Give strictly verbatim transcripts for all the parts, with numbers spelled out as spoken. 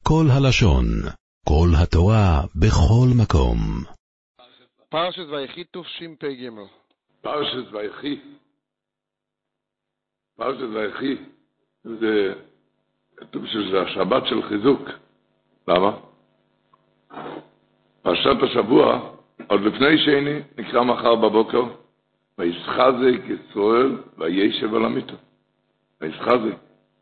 כל הלשון, כל התורה, בכל מקום. פרשת ויחי תשפ"ג. פרשת ויחי. פרשת ויחי. זה כתוב שזה השבת של חיזוק. למה? פרשת השבוע, עוד לפני שני, נקרא מחר בבוקר, וישחזק ישראל וישב על המיטה. וישחזק.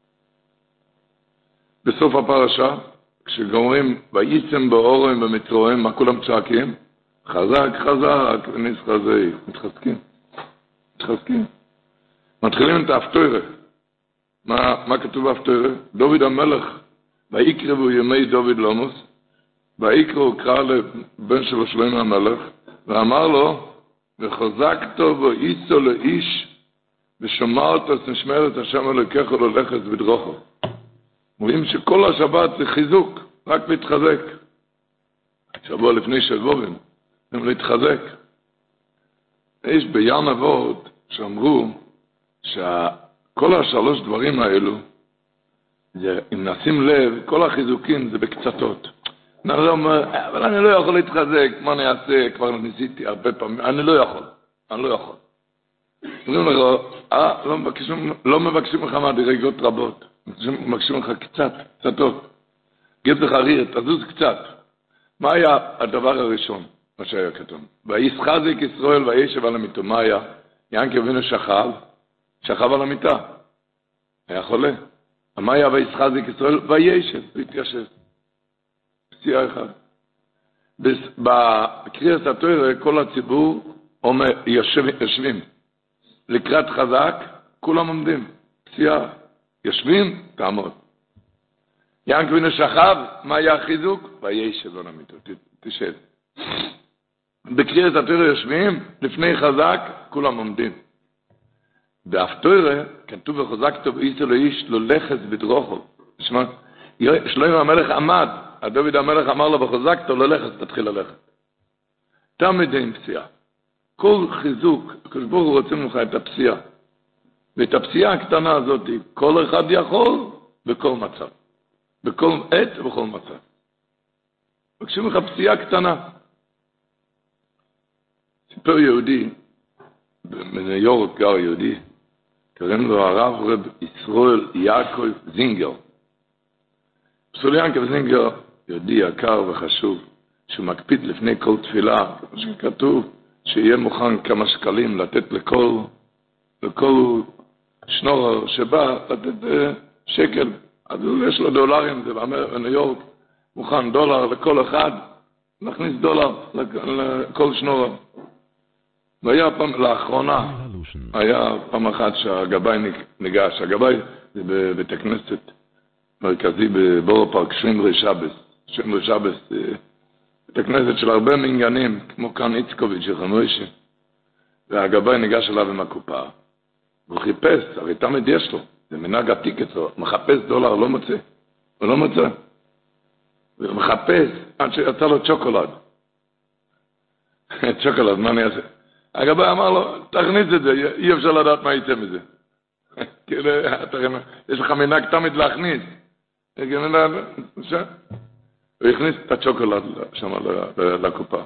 בסוף הפרשה, כשגומרים וייצם באורם ומצרוהם, מה כולם צועקים? חזק, חזק, ונסחזק. מתחזקים. מתחזקים. מתחילים את האפטוירה. מה, מה כתוב באפטוירה? דוד המלך, ויקרבו ימי דוד לומוס, ויקראו קרא לבן שלו שלמה המלך, ואמר לו, וחזקתו ואיסו לאיש, ושמרת את נשמרת השם אלוקיך ללכת בדרוכו. רואים שכל השבת זה חיזוק, רק להתחזק. שבוע לפני שבועים, הם להתחזק. יש ביין אבות שאמרו שכל השלוש דברים האלו, זה, אם נשים לב, כל החיזוקים זה בקצתות. אבל אני לא יכול להתחזק, מה אני אעשה? כבר ניסיתי הרבה פעמים, אני לא יכול, אני לא יכול. אומרים לך, אה, לא מבקשים, לא מבקשים לך מהדרגות רבות. מבקשים לך קצת, קצתות. גיד לך ריר, תזוז קצת. מה היה הדבר הראשון, מה שהיה כתוב? וישחזק ישראל וישב על המיטה. מה היה? ינקי אבינו שכב, שכב על המיטה. היה חולה. מה היה וישחזק ישראל וישב, והתיישב. פסיעה אחד. בקריאת התורה כל הציבור אומר, יושב, יושבים. לקראת חזק, כולם עומדים. פסיעה. יושבים, תעמוד. ינק בן שכב, מה היה החיזוק? וישב על המיטה, תשב. בקריאת התורה יושבים, לפני חזק, כולם עומדים. באפטוירה, כתוב וחזקתו ואיסו לאיש ללכת בדרוכו. תשמע, שלמה המלך עמד, דוד המלך אמר לו וחזקתו ללכת, תתחיל ללכת. תמיד עם פסיעה. כל חיזוק, כשבור רוצים לך את הפסיעה. ואת הפסיעה הקטנה הזאת, כל אחד יכול בכל מצב. בכל עת ובכל מצב. בקשים לך פסיעה קטנה. סיפר יהודי, בניו יורק גר יהודי, קוראים לו הרב רב ישראל יעקב זינגר. פסול יעקב זינגר, יהודי יקר וחשוב, שהוא מקפיד לפני כל תפילה, כמו שכתוב, שיהיה מוכן כמה שקלים לתת לכל, לכל שנורר שבא לתת שקל. אז יש לו דולרים, זה בניו יורק, מוכן דולר לכל אחד, נכניס דולר לכל שנורר. והיה פעם, לאחרונה, היה פעם אחת שהגבאי ניגש. הגבאי זה בבית הכנסת מרכזי בבורו פארק, שמרי שבס. שמרי שבס, בית הכנסת של הרבה מנגנים, כמו כאן איצקוביץ' שחמוישה. והגבאי ניגש אליו עם הקופה. והוא חיפש, הרי תמיד יש לו, זה מנהג עתיק אצלו, מחפש דולר, לא מוצא. הוא לא מוצא. הוא מחפש עד שיצא לו צ'וקולד. צ'וקולד, מה אני אעשה? הגבאי אמר לו, תכניס את זה, אי אפשר לדעת מה יצא מזה. כאילו, יש לך מנהג תמיד להכניס. הוא הכניס את הצ'וקולד שם לקופה.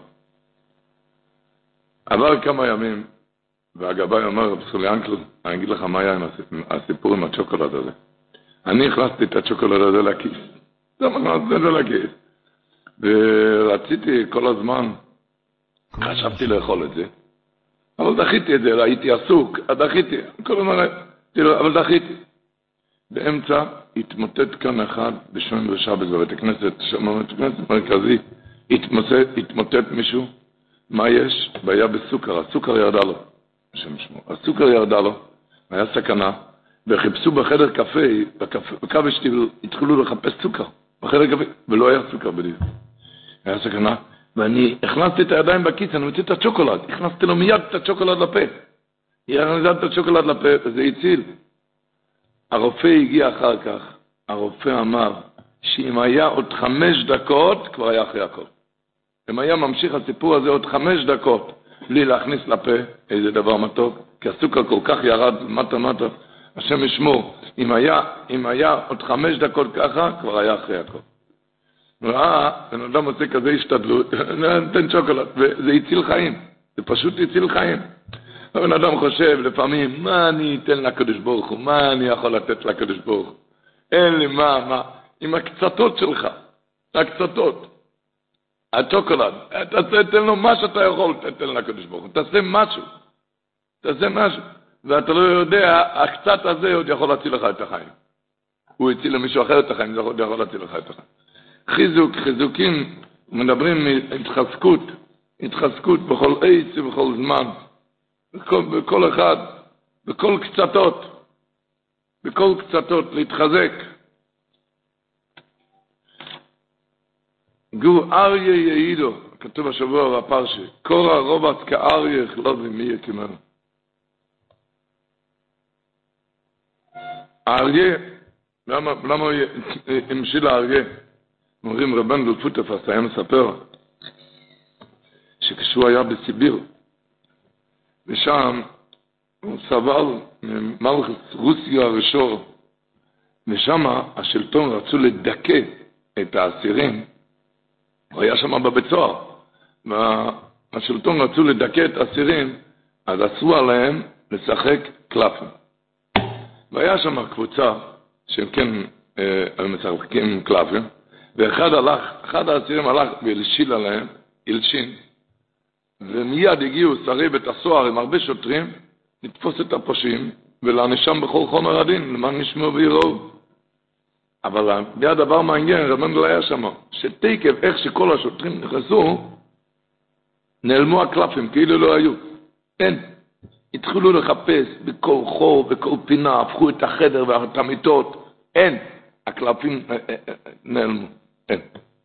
עבר כמה ימים, והגבאי אומר, פסול ינקל, אני אגיד לך מה היה עם הסיפור עם הצ'וקולד הזה. אני הכנסתי את הצ'וקולד הזה לכיס. זה מה הכנסתי את זה לכיס. ורציתי כל הזמן, חשבתי לאכול את זה. אבל דחיתי את זה, הייתי עסוק, דחיתי, כל הזמן, אבל דחיתי. באמצע התמוטט כאן אחד בשם ושבת בבית הכנסת, בבית הכנסת מרכזי, התמוטט מישהו, מה יש? והיה בסוכר, הסוכר ירדה לו, בשם שמו, הסוכר ירדה לו, היה סכנה, וחיפשו בחדר קפה, בקו אשתי, התחילו לחפש סוכר, בחדר קפה, ולא היה סוכר בדיוק. היה סכנה, ואני הכנסתי את הידיים בכיס, אני מוציא את הצ'וקולד, הכנסתי לו מיד את הצ'וקולד לפה. הכנסתי את הצ'וקולד לפה, וזה הציל. הרופא הגיע אחר כך, הרופא אמר, שאם היה עוד חמש דקות, כבר היה אחרי הכל. אם היה ממשיך הסיפור הזה עוד חמש דקות, בלי להכניס לפה, איזה דבר מתוק, כי הסוכר כל כך ירד, מטה מטה, השם ישמור, אם היה, אם היה עוד חמש דקות ככה, כבר היה אחרי הכל. ראה, בן אדם עושה כזה השתדלות, נתן שוקולד, וזה הציל חיים, זה פשוט הציל חיים. הבן אדם חושב לפעמים, מה אני אתן לקדוש ברוך הוא, מה אני יכול לתת לקדוש ברוך הוא? אין לי מה, מה, עם הקצתות שלך, הקצתות, השוקולד, תעשה, תן לו מה שאתה יכול, תתן לקדוש ברוך הוא, תעשה משהו, תעשה משהו, ואתה לא יודע, הקצת הזה עוד יכול להציל לך את החיים. הוא הציל למישהו אחר את החיים, זה עוד יכול להציל לך את החיים. חיזוק, חיזוקים, מדברים מהתחזקות, התחזקות בכל עץ ובכל זמן, בכל, בכל אחד, בכל קצתות, בכל קצתות, להתחזק. גור אריה יעידו, כתוב השבוע בפרשי, קורא רובת כאריה חלובי מי יקמנו. האריה, למה, למה הוא המשיל האריה? אומרים רבן דולפוטפס היה מספר שכשהוא היה בסיביר ושם הוא סבל ממלכת רוסיה הראשון ושם השלטון רצו לדכא את האסירים, הוא היה שם בבית סוהר והשלטון רצו לדכא את האסירים, אז אסרו עליהם לשחק קלפים, והיה שם קבוצה שהם כן אה, משחקים קלפים, ואחד הלך, אחד האסירים הלך והלשיל עליהם, הלשין, ומיד הגיעו שרי בית הסוהר עם הרבה שוטרים, לתפוס את הפושעים, ולענשם בכל חומר הדין, למען נשמעו ויראו. אבל היה דבר מעניין, רבן לא היה שם, שתקף איך שכל השוטרים נכנסו, נעלמו הקלפים, כאילו לא היו. אין. התחילו לחפש בכל חור, בכל פינה, הפכו את החדר ואת המיטות, אין. הקלפים נעלמו. אין.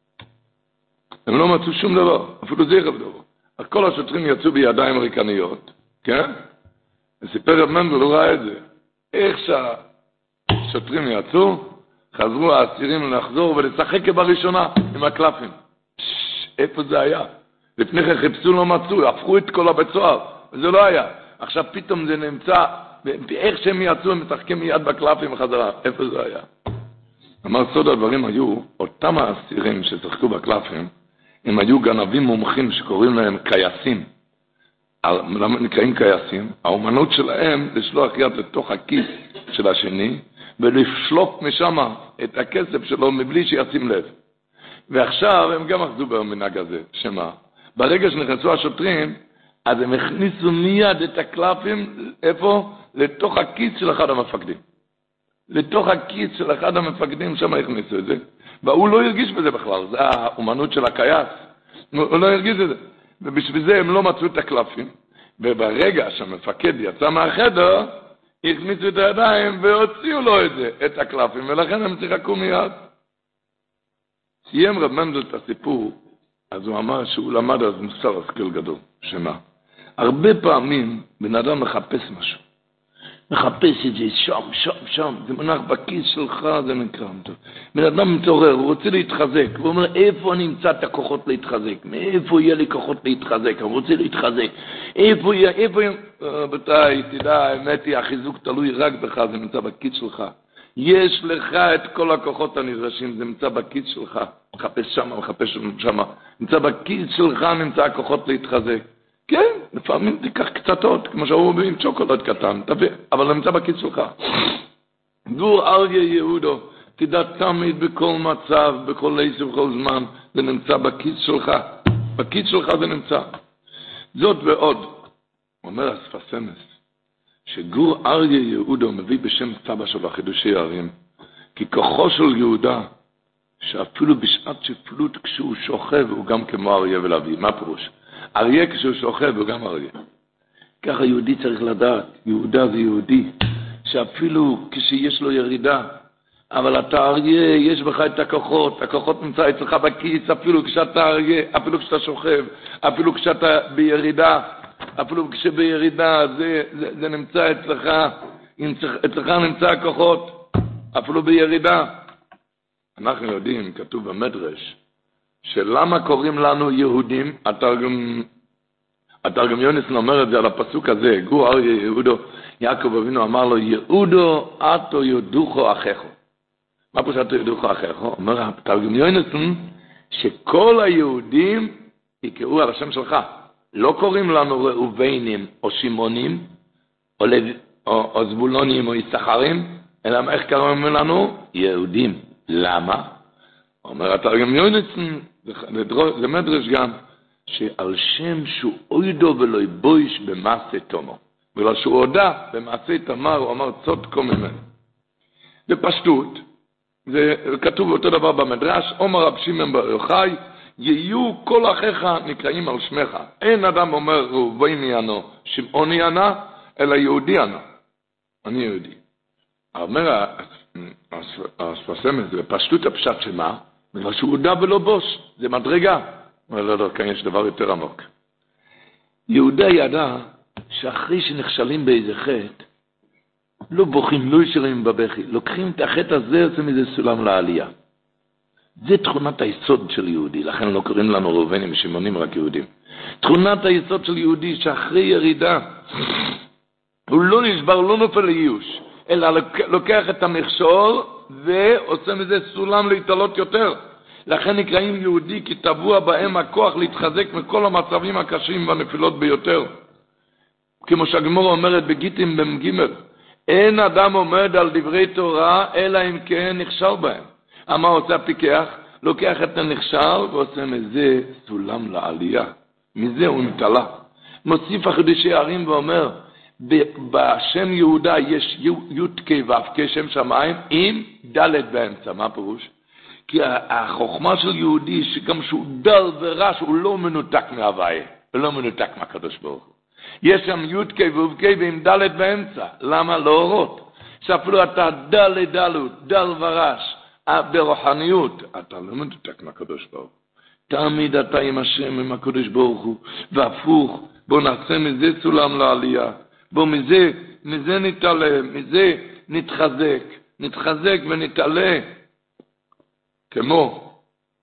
הם לא מצאו שום דבר, אפילו זכר דבר. אז כל השוטרים יצאו בידיים ריקניות, כן? וסיפר רב מנדל, הוא ראה את זה. איך שהשוטרים יצאו, חזרו האסירים לחזור ולשחק בראשונה עם הקלפים. איפה זה היה? לפני כן חיפשו לא מצאו, הפכו את כל הבית סוהר, וזה לא היה. עכשיו פתאום זה נמצא, ואיך שהם יצאו הם משחקים מיד בקלפים חזרה. איפה זה היה? אמר סוד הדברים היו, אותם האסירים ששחקו בקלפים, הם היו גנבים מומחים שקוראים להם קייסים. למה נקראים קייסים? האומנות שלהם לשלוח יד לתוך הכיס של השני, ולשלוף משם את הכסף שלו מבלי שישים לב. ועכשיו הם גם אחזו במנהג הזה, שמה? ברגע שנכנסו השוטרים, אז הם הכניסו מיד את הקלפים, איפה? לתוך הכיס של אחד המפקדים. לתוך הכיס של אחד המפקדים, שם הכניסו את זה. והוא לא הרגיש בזה בכלל, זה האומנות של הקייס. הוא לא הרגיש את זה. ובשביל זה הם לא מצאו את הקלפים. וברגע שהמפקד יצא מהחדר, הכניסו את הידיים והוציאו לו את זה, את הקלפים, ולכן הם שיחקו מיד. סיים רב מנדל את הסיפור, אז הוא אמר שהוא למד אז מוסר השכל גדול. שמה? הרבה פעמים בן אדם מחפש משהו. מחפש את זה שם, שם, שם, זה מנח בכיס שלך, זה נקרא. בן אדם מתעורר, הוא רוצה להתחזק, הוא אומר, איפה אני אמצא את הכוחות להתחזק? מאיפה יהיה לי כוחות להתחזק? אני רוצה להתחזק. איפה יהיה, איפה יהיה? רבותיי, תדע, האמת היא, החיזוק תלוי רק בך, זה נמצא בכיס שלך. יש לך את כל הכוחות הנדרשים, זה נמצא בכיס שלך. מחפש שם, מחפש שם. נמצא בכיס שלך, נמצא הכוחות להתחזק. כן, לפעמים תיקח קצתות, כמו שהוא עם שוקולד קטן, תביא, אבל נמצא בכיס שלך. גור אריה יהודו, תדע תמיד בכל מצב, בכל עץ ובכל זמן, זה נמצא בכיס שלך. בכיס שלך זה נמצא. זאת ועוד, אומר הספסמס, שגור אריה יהודו מביא בשם סבא של החידושי הערים, כי כוחו של יהודה, שאפילו בשעת שפלות כשהוא שוכב, הוא גם כמו אריה ולוי. מה פירוש? אריה כשהוא שוכב הוא גם אריה. ככה יהודי צריך לדעת, יהודה זה יהודי, שאפילו כשיש לו ירידה, אבל אתה אריה, יש בך את הכוחות, הכוחות נמצא אצלך בכיס, אפילו כשאתה אריה, אפילו כשאתה שוכב, אפילו כשאתה בירידה, אפילו כשבירידה זה, זה, זה נמצא אצלך, אצלך נמצא הכוחות, אפילו בירידה. אנחנו יודעים, כתוב במדרש, שלמה קוראים לנו יהודים, התרגם, התרגם יונסון אומר את זה על הפסוק הזה, גור אריה יהודו, יעקב אבינו אמר לו, יהודו אתו יודוכו אחיכו. מה פשוט אתו יודוכו אחיכו? אומר התרגם יונסון, שכל היהודים יקראו על השם שלך. לא קוראים לנו ראובנים או שמעונים, או, לב... או, או זבולונים או יששכרים, אלא איך קוראים לנו? יהודים. למה? אומר התרגם יוניצן, זה מדרש גם, שעל שם שהוא אוידו ולא יבויש במעשה תומו. בגלל שהוא הודע במעשה תמר, הוא אמר צודקו ממנו. בפשטות, זה כתוב אותו דבר במדרש, אומר רב שמעון בר יוחאי, יהיו כל אחיך נקראים על שמך. אין אדם אומר ראובני אנו, שמעוני אנה, אלא יהודי אנו. אני יהודי. אומר הספסמת, זה בפשטות הפשט שמה? בגלל שהוא הודע ולא בוש, זה מדרגה. אבל לא, לא, כאן יש דבר יותר עמוק. יהודה ידע שאחרי שנכשלים באיזה חטא, לא בוכים, לא ישרים בבכי, לוקחים את החטא הזה, עושים איזה סולם לעלייה. זה תכונת היסוד של יהודי, לכן לא קוראים לנו ראובנים שמעונים רק יהודים. תכונת היסוד של יהודי שאחרי ירידה, הוא לא נשבר, לא נופל לייאוש, אלא לוקח את המכשול ועושה מזה סולם להתעלות יותר. לכן נקראים יהודי כי טבוע בהם הכוח להתחזק מכל המצבים הקשים והנפילות ביותר. כמו שהגמרא אומרת בגיטין במ"ג, אין אדם עומד על דברי תורה אלא אם כן נכשל בהם. מה עושה הפיקח? לוקח את הנכשל ועושה מזה סולם לעלייה. מזה הוא מתעלה. מוסיף החידושי ערים ואומר, בשם יהודה יש י"ק ו"ק שם שמיים עם ד' באמצע. מה פירוש? כי החוכמה של יהודי שגם שהוא דל ורש הוא לא מנותק מהוויה, הוא לא מנותק מהקדוש ברוך הוא. יש שם י"ק ו"ק ועם ד' באמצע. למה? להורות. שאפילו אתה דל לדלות, דל ורש, ברוחניות, אתה לא מנותק מהקדוש ברוך הוא. תמיד אתה עם השם, עם הקדוש ברוך הוא, והפוך, בוא נעשה מזה סולם לעלייה. בוא מזה, מזה נתעלה, מזה נתחזק, נתחזק ונתעלה. כמו,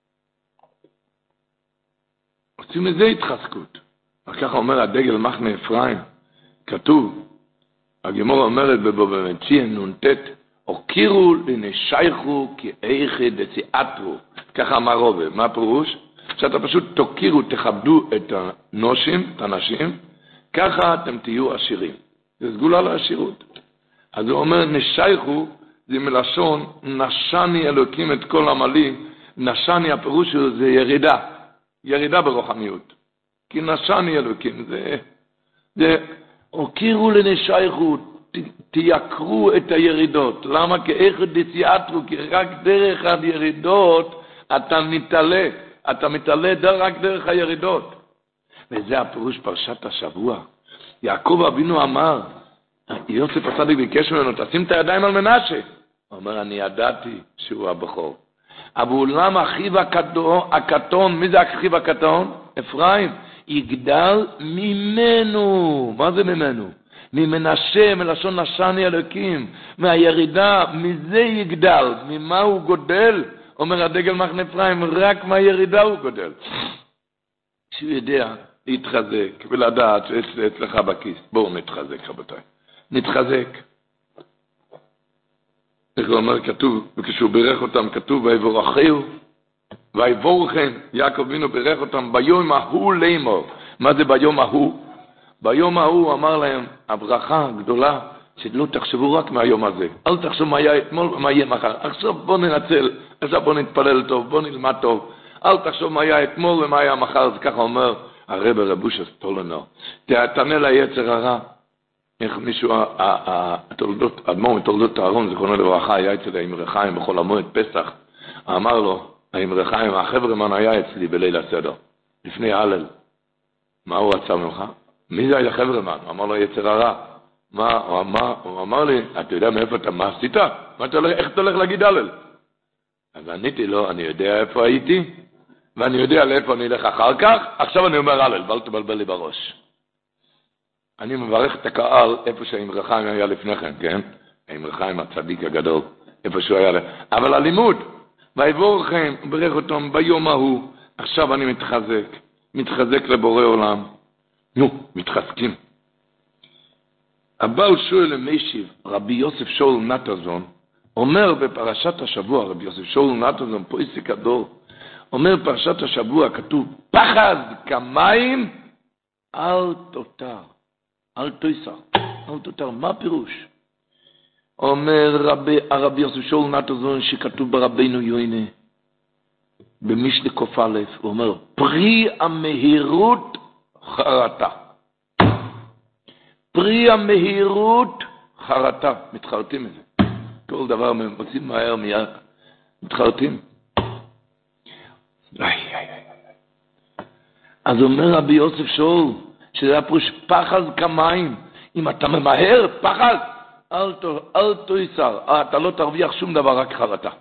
עושים מזה התחזקות. וככה אומר הדגל מחנה אפרים, כתוב, הגמרא אומרת בבבא-מציעא נ"ט, הוקירו לנשייכו כי איכא דסיעתרו. ככה אמר רבי, מה הפירוש? שאתה פשוט תוקירו, תכבדו את הנושים, את הנשים, ככה אתם תהיו עשירים. זה סגולה לעשירות. אז הוא אומר, נשייכו, זה מלשון, נשני אלוקים את כל עמלי, נשני הפירוש הוא, זה ירידה, ירידה ברוחניות. כי נשני אלוקים, זה, זה, הוקירו לנשייכו, ת, תייקרו את הירידות. למה? כי איך דציאטרו, כי רק דרך הירידות אתה מתעלה, אתה מתעלה רק דרך הירידות. וזה הפירוש פרשת השבוע. יעקב אבינו אמר, יוסף הצדיק ביקש ממנו, תשים את הידיים על מנשה. הוא אומר, אני ידעתי שהוא הבכור. אבל אולם אחיו הקטון, מי זה אחיו הקטון? אפרים, יגדל ממנו. מה זה ממנו? ממנשה, מלשון נשני אלוקים, מהירידה, מזה יגדל. ממה הוא גודל? אומר הדגל מחנה אפרים, רק מהירידה הוא גודל. שהוא יודע להתחזק ולדעת שאצלך בכיס. בואו נתחזק, רבותיי. נתחזק. איך הוא אומר, כתוב, וכשהוא בירך אותם, כתוב, ויבורכהו, ויבורכם, יעקב אבינו בירך אותם, ביום ההוא לאמור. מה זה ביום ההוא? ביום ההוא אמר להם, הברכה הגדולה, שלא תחשבו רק מהיום הזה. אל תחשבו מה היה אתמול ומה יהיה מחר. עכשיו בוא ננצל, עכשיו בוא נתפלל טוב, בוא נלמד טוב. אל תחשוב מה היה אתמול ומה היה מחר. זה ככה אומר הרב רבוש אסטולנו. תענה ליצר הרע. איך מישהו, התולדות, אדמו"ר מתולדות הארון, זיכרונו לברכה, היה אצל האמרי חיים בכל המועד פסח. אמר לו, האמרי חיים, החברמן היה אצלי בליל הסדר, לפני הלל. מה הוא רצה ממך? מי זה היה חברמן? הוא אמר לו, יצר הרע. מה, הוא אמר, הוא אמר לי, אתה יודע מאיפה אתה, מה עשית? מה אתה הולך, איך אתה הולך להגיד הלל? אז עניתי לו, אני יודע איפה הייתי, ואני יודע לאיפה אני אלך אחר כך, עכשיו אני אומר הלל, ואל תבלבל לי בראש. אני מברך את הקהל איפה שהאמרי חיים היה לפני כן, כן? האמרי חיים הצדיק הגדול, איפה שהוא היה, אבל הלימוד, ויבורכם, ברך אותם ביום ההוא, עכשיו אני מתחזק, מתחזק לבורא עולם. נו, מתחזקים. הבעל שואל המשיב, רבי יוסף שאול נתזון, אומר בפרשת השבוע, רבי יוסף שאול נתזון, פויסק הדור, אומר פרשת השבוע, כתוב, פחד כמים, אל תותר, אל תויסר, אל תותר. מה פירוש? אומר רבי, הרבי יוסף שאול נטוזון, שכתוב ברבינו יוינה, במשלי קוף א', הוא אומר, פרי המהירות חרטה. פרי המהירות חרטה. מתחרטים את זה. כל דבר מוצאים מהר מיד. מתחרטים. איי, איי, איי. אז אומר רבי יוסף שאול, שזה הפרוש פחד כמים. אם אתה ממהר, פחד, אל, אל תויסר. אתה לא תרוויח שום דבר, רק חרטה.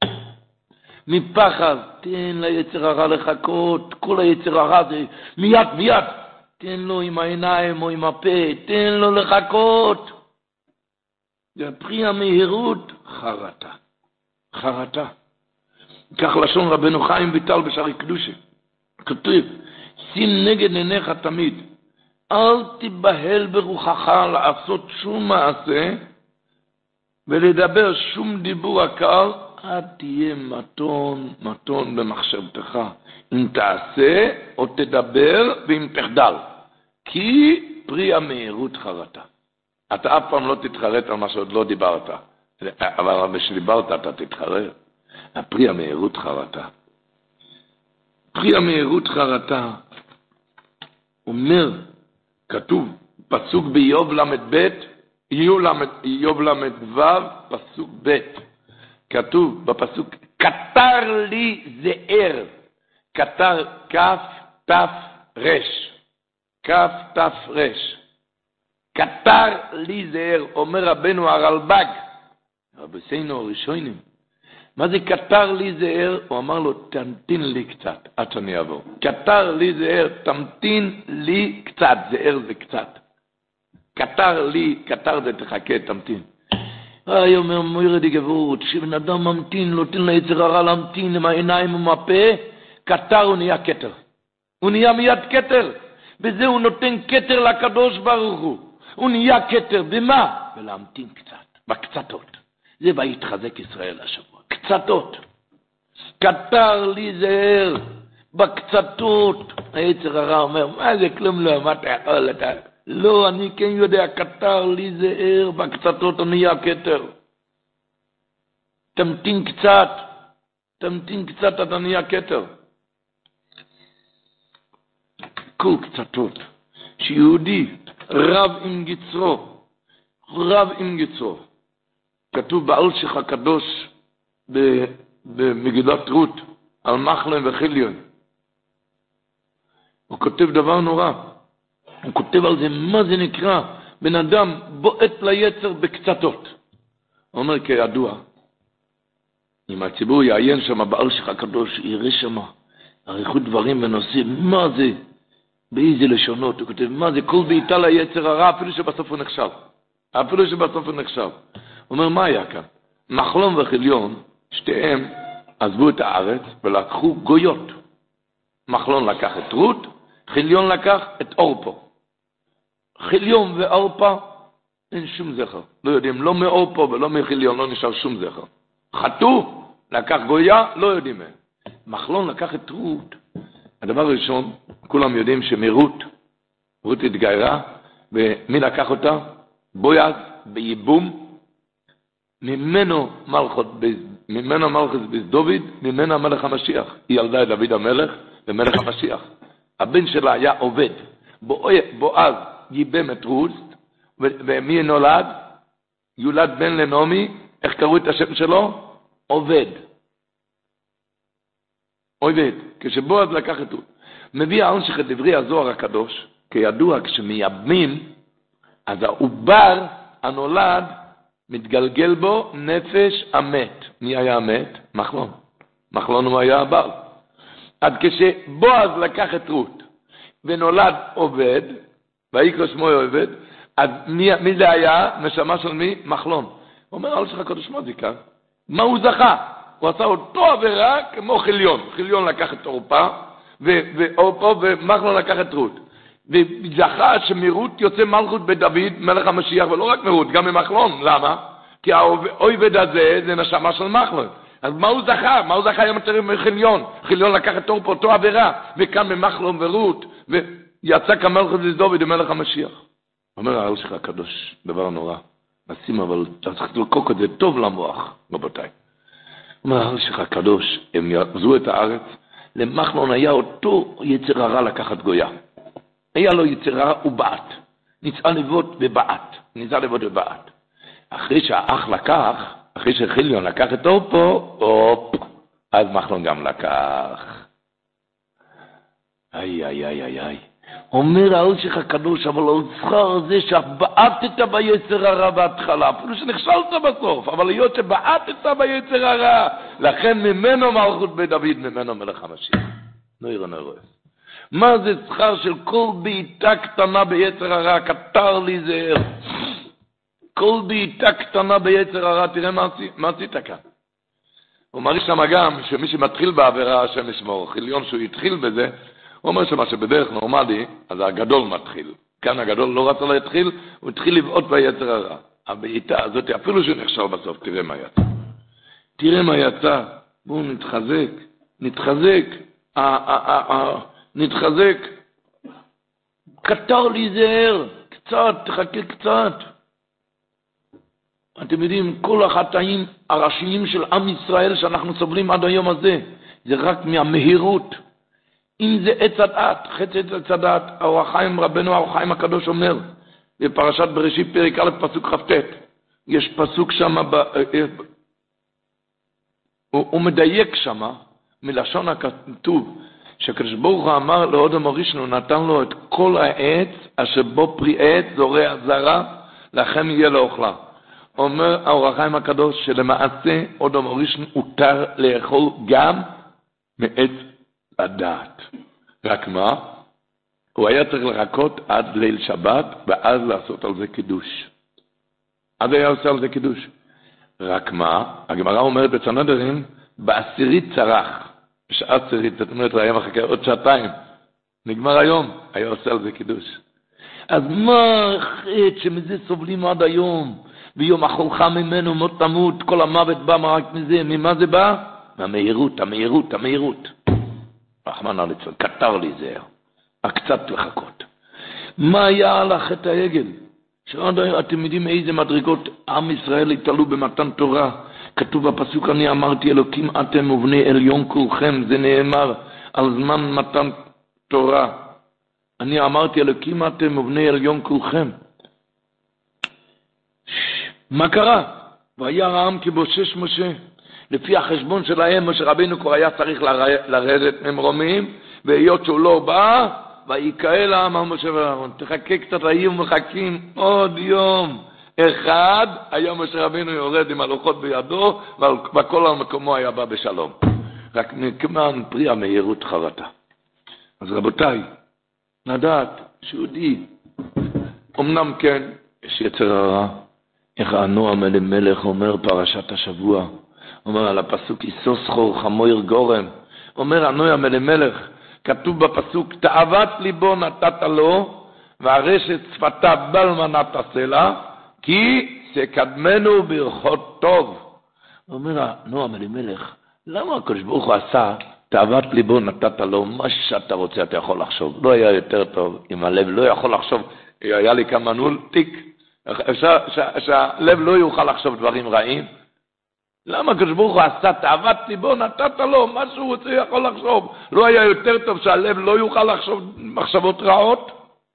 מפחד, תן ליצר הרע לחכות, כל היצר הרע זה מיד, מיד. תן לו עם העיניים או עם הפה, תן לו לחכות. זה פרי המהירות, חרטה. חרטה. כך לשון רבנו חיים ויטל בשערי קדושה. כתוב, שים נגד עיניך תמיד. אל תיבהל ברוחך לעשות שום מעשה, ולדבר שום דיבור עקר, עד תהיה מתון, מתון במחשבתך. אם תעשה או תדבר ואם תחדל. כי פרי המהירות חרטה. אתה אף פעם לא תתחרט על מה שעוד לא דיברת. אבל כשדיברת אתה תתחרט. הפרי המהירות חרטה. פרי המהירות חרטה. אומר, כתוב, פסוק ביוב למד ב', איוב למד ו', פסוק ב'. כתוב בפסוק, קטר לי זער. קטר כף תף רש. כף תף רש. קטר לי זער, אומר רבנו הרלב"ג, רבותינו הראשונים. מה זה קטר לי זער? הוא אמר לו, תמתין לי קצת, עד שאני אעבור. קטר לי זער, תמתין לי קצת, זער זה קצת. קטר לי, קטר זה תחכה, תמתין. היי, אומר מוירדי גבורת, שבן אדם ממתין, לא תן ליצר הרע להמתין עם העיניים ומפה, קטר הוא נהיה כתר. הוא נהיה מיד כתר. בזה הוא נותן כתר לקדוש ברוך הוא. הוא נהיה כתר. במה? ולהמתין קצת. בקצתות. זה בהתחזק ישראל השבוע. קצתות. קטר לי זהר. בקצתות. היצר הרע אומר, מה זה כלום לא? מה אתה יכול אתה? לא, אני כן יודע, קטר לי זהר. בקצתות הוא נהיה כתר. תמתין קצת. תמתין קצת, אתה נהיה כתר. כל קצתות. שיהודי רב עם גיצרו. רב עם גיצרו. כתוב באלשיך הקדוש במגילת רות על מחלן וחיליון. הוא כותב דבר נורא. הוא כותב על זה מה זה נקרא. בן אדם בועט ליצר בקצתות. הוא אומר כידוע, אם הציבור יעיין שם באלשיך הקדוש, יראה שם עריכות דברים ונושאים, מה זה? באיזה לשונות, הוא כותב, מה זה? כל בעיטה ליצר הרע, אפילו שבסוף הוא נחשב. אפילו שבסוף הוא נחשב. הוא אומר, מה היה כאן? מחלון וחיליון, שתיהם עזבו את הארץ ולקחו גויות. מחלון לקח את רות, חיליון לקח את אורפו. חיליון ואורפה, אין שום זכר. לא יודעים, לא מאורפו ולא מחיליון, לא נשאר שום זכר. חטו, לקח גויה, לא יודעים מהם. מחלון לקח את רות. הדבר הראשון, כולם יודעים שמרות, רות התגיירה, ומי לקח אותה? בויז, בייבום, ממנו מלכות, ממנו מלכות בזדוד, ממנו המלך המשיח. היא ילדה את דוד המלך ומלך המשיח. הבן שלה היה עובד. בועז ייבם את רות, ומי נולד? יולד בן לנעמי, איך קראו את השם שלו? עובד. עובד. כשבועז לקח את רות. מביא האלשיך את דברי הזוהר הקדוש, כידוע כשמייבמים, אז העובר הנולד מתגלגל בו נפש המת. מי היה המת? מחלון. מחלון הוא היה הבעל. עד כשבועז לקח את רות ונולד עובד, ויקרא שמו עובד, אז מי, מי זה היה? נשמה של מי? מחלון. הוא אומר, האלשיך הקדוש מה זה כאן? מה הוא זכה? הוא עשה אותו עבירה כמו חיליון. חיליון לקח את אורפה, ואורפה ומחלון לקח את רות. וזכה שמרות יוצא מלכות בדוד, מלך המשיח, ולא רק מרות, גם ממחלון. למה? כי העובד הזה זה נשמה של מחלון. אז מה הוא זכה? מה הוא זכה היום יותר מחיליון? חיליון לקח את אורפו, אותו עבירה, וכאן במחלום ורות, ויצא כמלך דוד המלך המשיח. אומר העל שלך הקדוש, דבר נורא. נשים, אבל אתה צריך לקוק את זה טוב למוח, רבותיי. אומר העל שלך הקדוש, הם יעזו את הארץ, למחלון היה אותו יצר הרע לקחת גויה. היה לו יצר הרע ובעט. ניסה לבוד ובעט. ניסה לבוד ובעט. אחרי שהאח לקח, אחרי שחיליון לקח את אורפו, אופ, אז מחלון גם לקח. איי, איי, איי, איי, איי. אומר העל שלך הקדוש, אבל האוצר הזה שבעטת ביצר הרע בהתחלה, אפילו שנכשלת בסוף, אבל להיות שבעטת ביצר הרע, לכן ממנו מלכות בית דוד, ממנו מלך המשיח. נוירו נוירו. מה זה שכר של כל בעיטה קטנה ביצר הרע, קטר לי זהר. כל בעיטה קטנה ביצר הרע, תראה מה, מה עשית כאן. הוא מראה שם גם שמי שמתחיל בעבירה, השם ישמור, חיליון שהוא התחיל בזה, הוא אומר שמה שבדרך נורמלי, אז הגדול מתחיל. כאן הגדול לא רצה להתחיל, הוא התחיל לבעוט ביצר הרע. הבעיטה הזאת, אפילו שהוא נכשל בסוף, תראה מה יצא. תראה מה יצא, בואו נתחזק, נתחזק, נתחזק. קטר לי זהר, קצת, תחכה קצת. אתם יודעים, כל החטאים הראשיים של עם ישראל שאנחנו סובלים עד היום הזה, זה רק מהמהירות. אם זה עץ הדעת, חץ עץ הדעת, האור החיים, רבנו האור החיים הקדוש אומר, בפרשת בראשית פרק א' פסוק כ"ט, יש פסוק שם, ב, הוא, הוא מדייק שם, מלשון הכתוב, שהקדוש ברוך הוא אמר לאדם הראשון, נתן לו את כל העץ, אשר בו פרי עץ, זורע זרע, לכם יהיה לאוכלה. אומר האור החיים הקדוש, שלמעשה אדם הראשון הותר לאכול גם מעץ הדעת. רק מה? הוא היה צריך לחכות עד ליל שבת, ואז לעשות על זה קידוש. אז היה עושה על זה קידוש. רק מה? הגמרא אומרת בצנדרים, בעשירית צרח. בשעה עשירית, זאת אומרת, הוא היה מחכה עוד שעתיים. נגמר היום, היה עושה על זה קידוש. אז מה חטא שמזה סובלים עד היום? ויום החולך ממנו מות תמות, כל המוות בא רק מזה. ממה זה בא? מהמהירות, המהירות, המהירות. רחמנא ליצלן, קטר לי זהר. קצת לחכות. מה היה על החטא העגל? שעד היום אתם יודעים איזה מדרגות עם ישראל התעלו במתן תורה. כתוב בפסוק, אני אמרתי אלוקים אתם ובני עליון כולכם, זה נאמר על זמן מתן תורה. אני אמרתי אלוקים אתם ובני עליון כולכם. מה קרה? והיה העם כבושש משה. לפי החשבון שלהם, משה רבינו כבר היה צריך לרדת ממרומים, והיות שהוא לא בא, ויקהל העם על משה ואהרון. תחכה קצת, היו מחכים עוד יום אחד, היום משה רבינו יורד עם הלוחות בידו, וכל המקומו היה בא בשלום. רק מכמן פרי המהירות חרטה. אז רבותיי, נדעת שיהודי, אמנם כן, יש יצר הרע, איך הנועם אל מלך אומר פרשת השבוע, אומר על הפסוק איסוס חור חמויר גורם, אומר הנועם אל מלך, כתוב בפסוק תאוות ליבו נתת לו והרשת שפתה בלמה נתעשה לה כי תקדמנו ברכות טוב. אומר הנועם אל מלך, למה הקדוש ברוך הוא עשה תאוות ליבו נתת לו, מה שאתה רוצה אתה יכול לחשוב, לא היה יותר טוב אם הלב לא יכול לחשוב, היה לי כמה נול תיק שהלב לא יוכל לחשוב דברים רעים. למה הקדוש ברוך הוא עשה תאוות ליבו נתת לו, מה שהוא רוצה יכול לחשוב, לא היה יותר טוב שהלב לא יוכל לחשוב מחשבות רעות?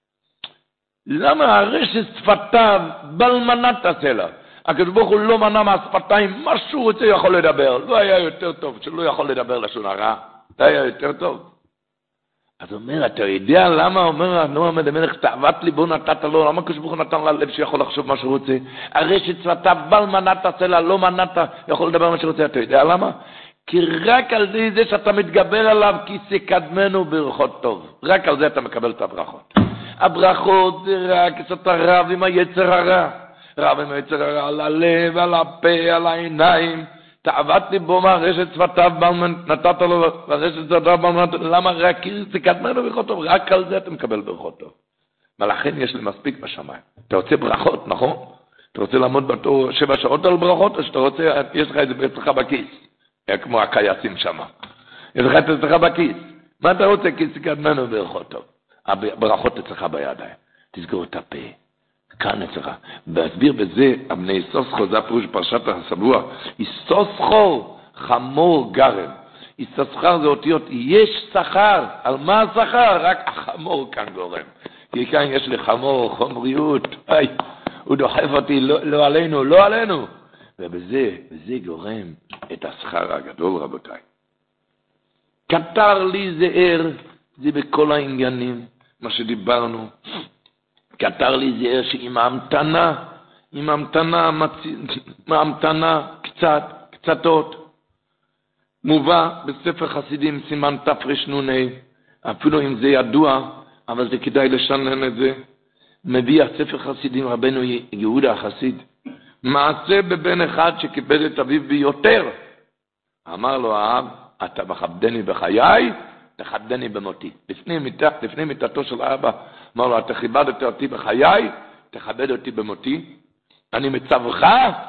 למה הרשת שפתיו בלמנה תעשה לה, הקדוש ברוך הוא לא מנע מהשפתיים, מה שהוא רוצה יכול לדבר, לא היה יותר טוב שלא יכול לדבר לשון הרע, זה היה יותר טוב. אז אומר, אתה יודע למה אומר הנועם אל מלך תאוות ליבו נתת לו, למה הקדוש ברוך הוא נתן ללב שיכול לחשוב מה שהוא רוצה? הרשת שפתיו בלמנה תעשה לה, לא מנעת, יכול לדבר מה שהוא רוצה, אתה יודע למה? כי רק על זה, זה שאתה מתגבר עליו, כי תקדמנו ברכות טוב, רק על זה אתה מקבל את הברכות. הברכות זה רק שאתה רב עם היצר הרע, רב עם היצר הרע על הלב, על הפה, על העיניים, תאוות ליבו מהרשת שפתיו נתת לו, והרשת שפתיו נתת לו, למה רק תקדמנו ברכות טוב, רק על זה אתה מקבל ברכות טוב. ולכן יש לי מספיק בשמיים. אתה רוצה ברכות, נכון? אתה רוצה לעמוד בתור שבע שעות על ברכות, או שאתה רוצה, יש לך את זה אצלך בכיס. כמו הקייסים שם. יש לך את אצלך בכיס. מה אתה רוצה? כיס קדמנו ברכות טוב. הברכות אצלך בידיים. תסגור את הפה. כאן אצלך. והסביר בזה, הבני סוסחו, זה הפירוש פרשת השבוע. סוסחו חמור גרם. סוסחר זה אותיות, יש שכר. על מה השכר? רק החמור כאן גורם. כי כאן יש לי חמור, חומריות. איי, הוא דוחף אותי, לא, לא עלינו, לא עלינו. ובזה, בזה גורם את השכר הגדול, רבותיי. קטר לי זהר, זה בכל העניינים, מה שדיברנו. קטר לי זהר שעם ההמתנה, עם ההמתנה, עם ההמתנה קצת, קצתות. מובא בספר חסידים, סימן תפרשנוני, אפילו אם זה ידוע, אבל זה כדאי לשנן את זה. מביא הספר חסידים, רבנו יהודה החסיד, מעשה בבן אחד שכיבד את אביו ביותר. אמר לו האב, אתה מכבדני בחיי, תכבדני במותי. לפני, מיטה, לפני מיטתו של האבא, אמר לו, אתה כיבדת אותי בחיי, תכבד אותי במותי. אני מצווך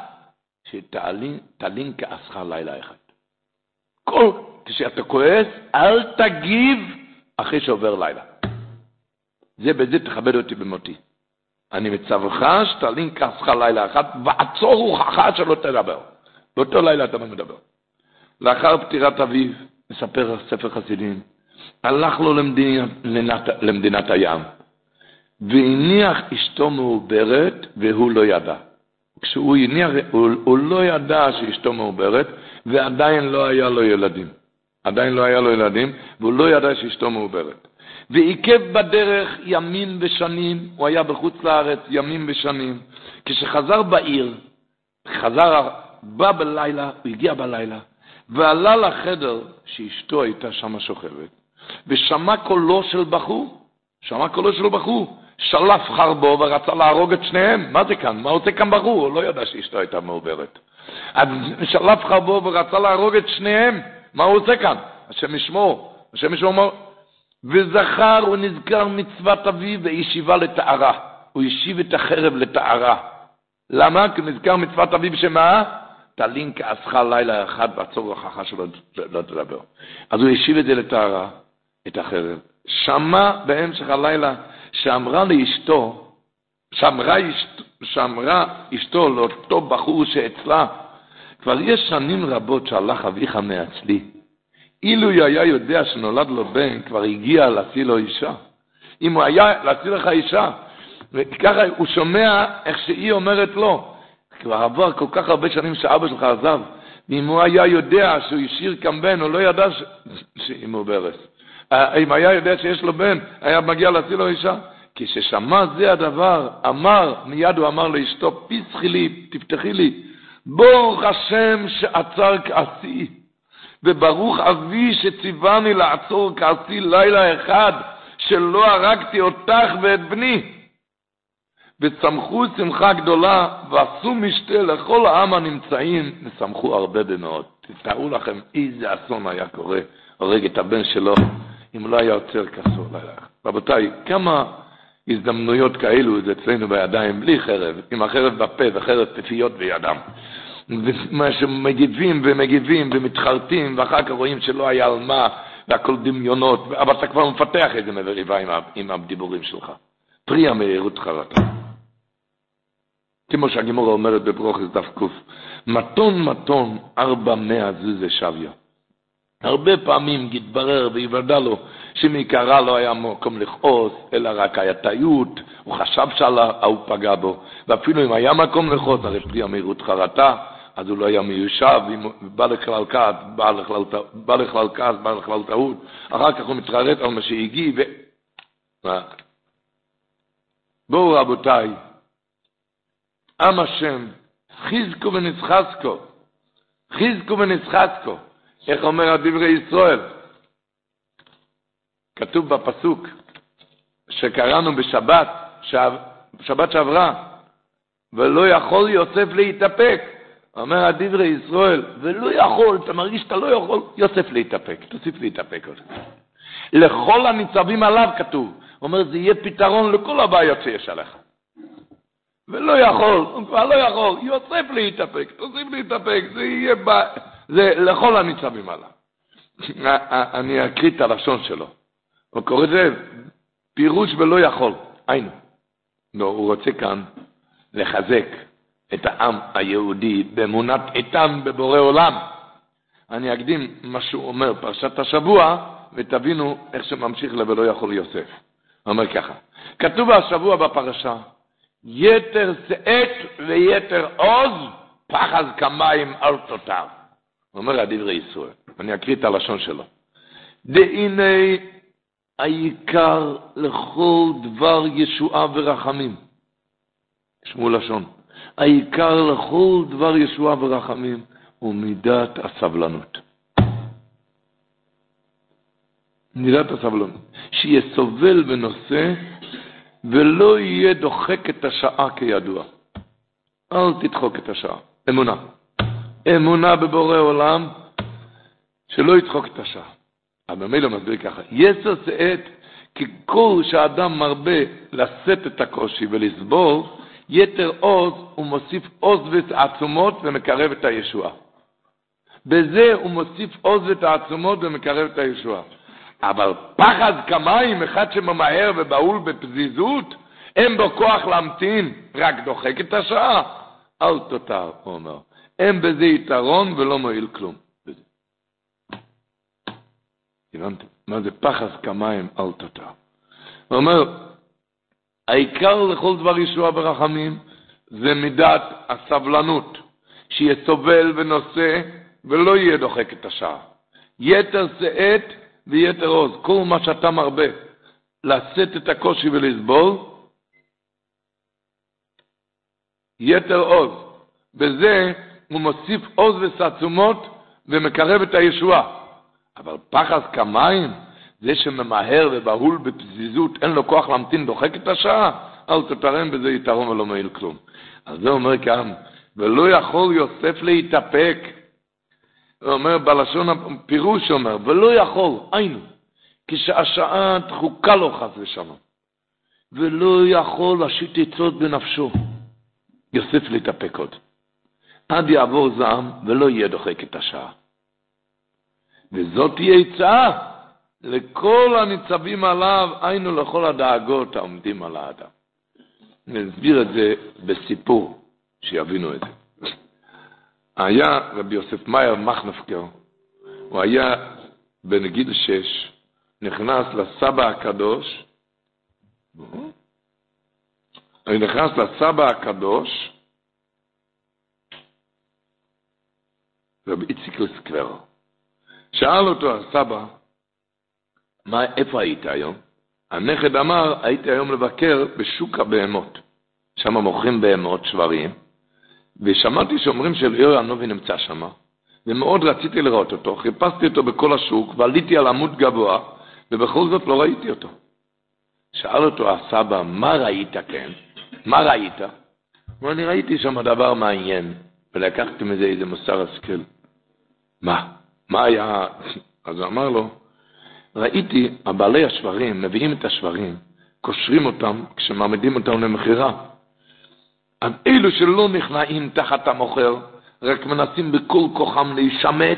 שתעלין תעלין כעסך לילה אחד. כל, כשאתה כועס, אל תגיב אחרי שעובר לילה. זה בזה תכבד אותי במותי. אני מצווך שתעלין כעסך לילה אחד, ועצור רוחך שלא תדבר. באותו לילה אתה מדבר. לאחר פטירת אביו, מספר ספר חסידים, הלך לו למדינת, למדינת הים, והניח אשתו מעוברת, והוא לא ידע. כשהוא הניח, הוא, הוא לא ידע שאשתו מעוברת, ועדיין לא היה לו ילדים. עדיין לא היה לו ילדים, והוא לא ידע שאשתו מעוברת. ועיכב בדרך ימים ושנים, הוא היה בחוץ לארץ ימים ושנים. כשחזר בעיר, חזר, בא בלילה, הוא הגיע בלילה, ועלה לחדר שאשתו הייתה שם שוכבת, ושמע קולו של בחור, שמע קולו של בחור, שלף חרבו ורצה להרוג את שניהם. מה זה כאן? מה רוצה כאן בחור? הוא לא ידע שאשתו הייתה מעוברת. אז שלף חרבו ורצה להרוג את שניהם. מה הוא עושה כאן? השם ישמור. השם ישמור. וזכר ונזכר מצוות אביו וישיבה לתארה. הוא השיב את החרב לתארה. למה? כי נזכר מצוות אביו שמה? תלין כעסך לילה אחד ועצור רוחך שלא לא תדבר. אז הוא השיב את זה לתארה, את החרב. שמע בהמשך הלילה שאמרה לאשתו, שאמרה אשתו, שאמרה אשתו לאותו בחור שאצלה, כבר יש שנים רבות שהלך אביך מאצלי. אילו היה יודע שנולד לו בן, כבר הגיע להציל לו אישה. אם הוא היה להציל לך אישה, וככה הוא שומע איך שהיא אומרת לו, כבר עבר כל כך הרבה שנים שאבא שלך עזב, ואם הוא היה יודע שהוא השאיר כאן בן, הוא לא ידע ש... שהיא מעוברת. אם היה יודע שיש לו בן, היה מגיע להציל לו אישה. כששמע זה הדבר, אמר, מיד הוא אמר לאשתו, פיסחי לי, תפתחי לי, ברוך השם שעצר כעסי, וברוך אבי שציווני לעצור כעסי לילה אחד, שלא הרגתי אותך ואת בני. וצמחו שמחה גדולה, ועשו משתה לכל העם הנמצאים, ושמחו הרבה במאוד. תתארו לכם איזה אסון היה קורה, הורג את הבן שלו, אם לא היה עוצר כעסו לילה. רבותיי, כמה הזדמנויות כאלו זה אצלנו בידיים, בלי חרב, עם החרב בפה וחרב פפיות בידם. ומה שמגיבים ומגיבים ומתחרטים, ואחר כך רואים שלא היה על מה, והכל דמיונות, אבל אתה כבר מפתח את זה מריבה עם, עם הדיבורים שלך. פרי המהירות חרטה. כמו שהגימורה אומרת בברוכס דף קוף, מתון מתון ארבע מאה זוזה שוויה. הרבה פעמים יתברר ויוודע לו שמעיקרה לא היה מקום לכעוס, אלא רק היה טעות, הוא חשב שהוא פגע בו, ואפילו אם היה מקום לכעוס, הרי פרי המהירות חרטה, אז הוא לא היה מיושב, בא לכלל כעס, בא לכלל כעס, בא לכלל טעות, אחר כך הוא מתחרט על מה שהגיע, ו... בואו רבותיי, עם השם, חיזקו ונסחזקו, חיזקו ונסחזקו, איך אומר הדברי ישראל? כתוב בפסוק שקראנו בשבת, שבת שעברה, ולא יכול יוסף להתאפק. אומר הדברי ישראל, ולא יכול, אתה מרגיש שאתה לא יכול, יוסף להתאפק, תוסיף להתאפק. לכל הניצבים עליו כתוב, אומר זה יהיה פתרון לכל הבעיות שיש עליך. ולא יכול, הוא כבר לא יכול, יוסף להתאפק, תוסיף להתאפק, זה יהיה, זה לכל הניצבים עליו. אני אקריא את הלשון שלו. הוא קורא זה פירוש ולא יכול. היינו. לא, הוא רוצה כאן לחזק את העם היהודי באמונת איתן בבורא עולם. אני אקדים מה שהוא אומר פרשת השבוע, ותבינו איך שממשיך לה ולא יכול יוסף. הוא אומר ככה, כתוב השבוע בפרשה, יתר שאת ויתר עוז, פחז כמים אל תותר. הוא אומר הדברי ישראל, אני אקריא את הלשון שלו. דהיני העיקר לכל דבר ישועה ורחמים. שמעו לשון. העיקר לכל דבר ישועה ורחמים הוא מידת הסבלנות. מידת הסבלנות. שיהיה סובל ונושא ולא יהיה דוחק את השעה כידוע. אל תדחוק את השעה. אמונה. אמונה בבורא עולם שלא ידחוק את השעה. אבל מילא מסביר ככה. יצר שאת כי כל שהאדם מרבה לשאת את הקושי ולסבור, יתר עוז הוא מוסיף עוז ועצומות ומקרב את הישועה. בזה הוא מוסיף עוז ועצומות ומקרב את הישועה. אבל פחד כמים, אחד שממהר ובהול בפזיזות, אין בו כוח להמתין, רק דוחק את השעה. אל תותר, הוא אומר. אין בזה יתרון ולא מועיל כלום. בזה. הבנתם? מה זה פחד כמים, אל תותר. הוא אומר, העיקר לכל דבר ישועה ברחמים, זה מידת הסבלנות, שיהיה סובל ונושא, ולא יהיה דוחק את השעה. יתר שאת ויתר עוז. כל מה שאתה מרבה, לשאת את הקושי ולסבול, יתר עוז. בזה הוא מוסיף עוז וסעצומות, ומקרב את הישועה. אבל פחד כמים, זה שממהר ובהול בפזיזות, אין לו כוח להמתין, דוחק את השעה, אל תתרם בזה יתרון ולא מועיל כלום. אז זה אומר כאן, ולא יכול יוסף להתאפק. הוא אומר בלשון הפירוש, אומר, ולא יכול, היינו, כשהשעה דחוקה לו חס ושלום, ולא יכול להשית עצות בנפשו. יוסף להתאפק עוד. עד יעבור זעם ולא יהיה דוחק את השעה. וזאת תהיה עצה לכל הניצבים עליו, היינו לכל הדאגות העומדים על האדם. נסביר את זה בסיפור, שיבינו את זה. היה רבי יוסף מאיר מחנפקר, הוא היה בן גיל שש, נכנס לסבא הקדוש, הוא נכנס לסבא הקדוש, רבי איציק לסקבר. שאל אותו הסבא, מה, איפה היית היום? הנכד אמר, הייתי היום לבקר בשוק הבהמות. שם מוכרים בהמות שברים, ושמעתי שאומרים שאליהו הנביא נמצא שם, ומאוד רציתי לראות אותו, חיפשתי אותו בכל השוק, ועליתי על עמוד גבוה, ובכל זאת לא ראיתי אותו. שאל אותו הסבא, מה ראית כן? מה ראית? ואני ראיתי שם דבר מעניין, ולקחתי מזה איזה מוסר השכל. מה? מה היה? אז הוא אמר לו, ראיתי, הבעלי השברים, מביאים את השברים, קושרים אותם כשמעמדים אותם למחירה. אז אלו שלא נכנעים תחת המוכר, רק מנסים בכל כוחם להישמט,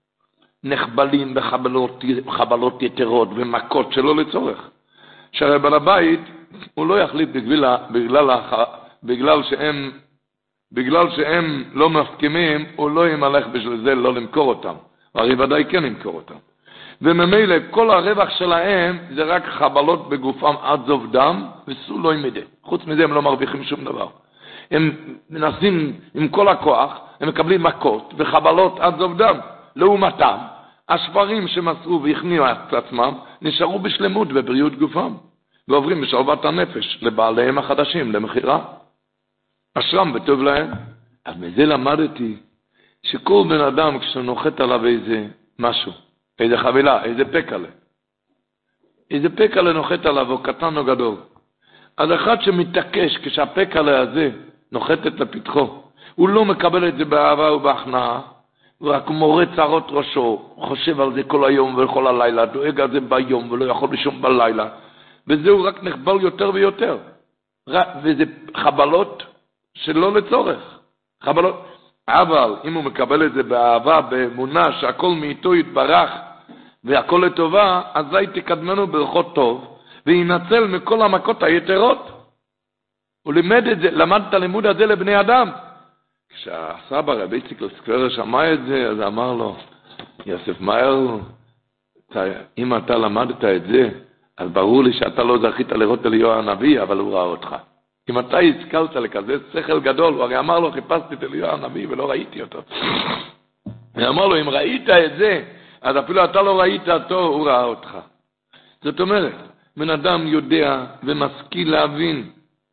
נחבלים בחבלות, חבלות יתרות ומכות שלא לצורך. שהרי בעל הבית, הוא לא יחליט בגלל, בגלל, בגלל שהם, בגלל שהם לא מסכימים, הוא לא ימלך בשביל זה לא למכור אותם. הרי ודאי כן למכור אותם. וממילא כל הרווח שלהם זה רק חבלות בגופם עד זוב דם, וסו לא ימדה. חוץ מזה הם לא מרוויחים שום דבר. הם מנסים עם כל הכוח, הם מקבלים מכות וחבלות עד זוב דם. לעומתם, השברים שמסרו והכניעו את עצמם, נשארו בשלמות ובריאות גופם, ועוברים בשלוות הנפש לבעליהם החדשים, למחירה. אשרם וטוב להם. אז מזה למדתי שכל בן אדם כשנוחת עליו איזה משהו, איזה חבילה, איזה פקלה, איזה פקלה נוחת עליו, או קטן או גדול. אז אחד שמתעקש כשהפקלה הזה נוחתת לפתחו, הוא לא מקבל את זה באהבה ובהכנעה, הוא רק מורה צרות ראשו, חושב על זה כל היום וכל הלילה, דואג על זה ביום ולא יכול לישון בלילה, וזהו רק נחבל יותר ויותר. וזה חבלות שלא לצורך. חבלות, אבל אם הוא מקבל את זה באהבה, באמונה, שהכל מאיתו יתברך, והכל לטובה, אזי תקדמנו ברכות טוב, וינצל מכל המכות היתרות. הוא לימד את זה, למד את הלימוד הזה לבני אדם. כשהסבא רבי איציק לסקלר שמע את זה, אז אמר לו, יוסף מאיר, אם אתה למדת את זה, אז ברור לי שאתה לא זכית לראות אליהו הנביא, אבל הוא ראה אותך. אם אתה הזכרת לכזה שכל גדול, הוא הרי אמר לו, חיפשתי את אליהו הנביא ולא ראיתי אותו. הוא אמר לו, אם ראית את זה, אז אפילו אתה לא ראית אותו, הוא ראה אותך. זאת אומרת, בן אדם יודע ומשכיל להבין.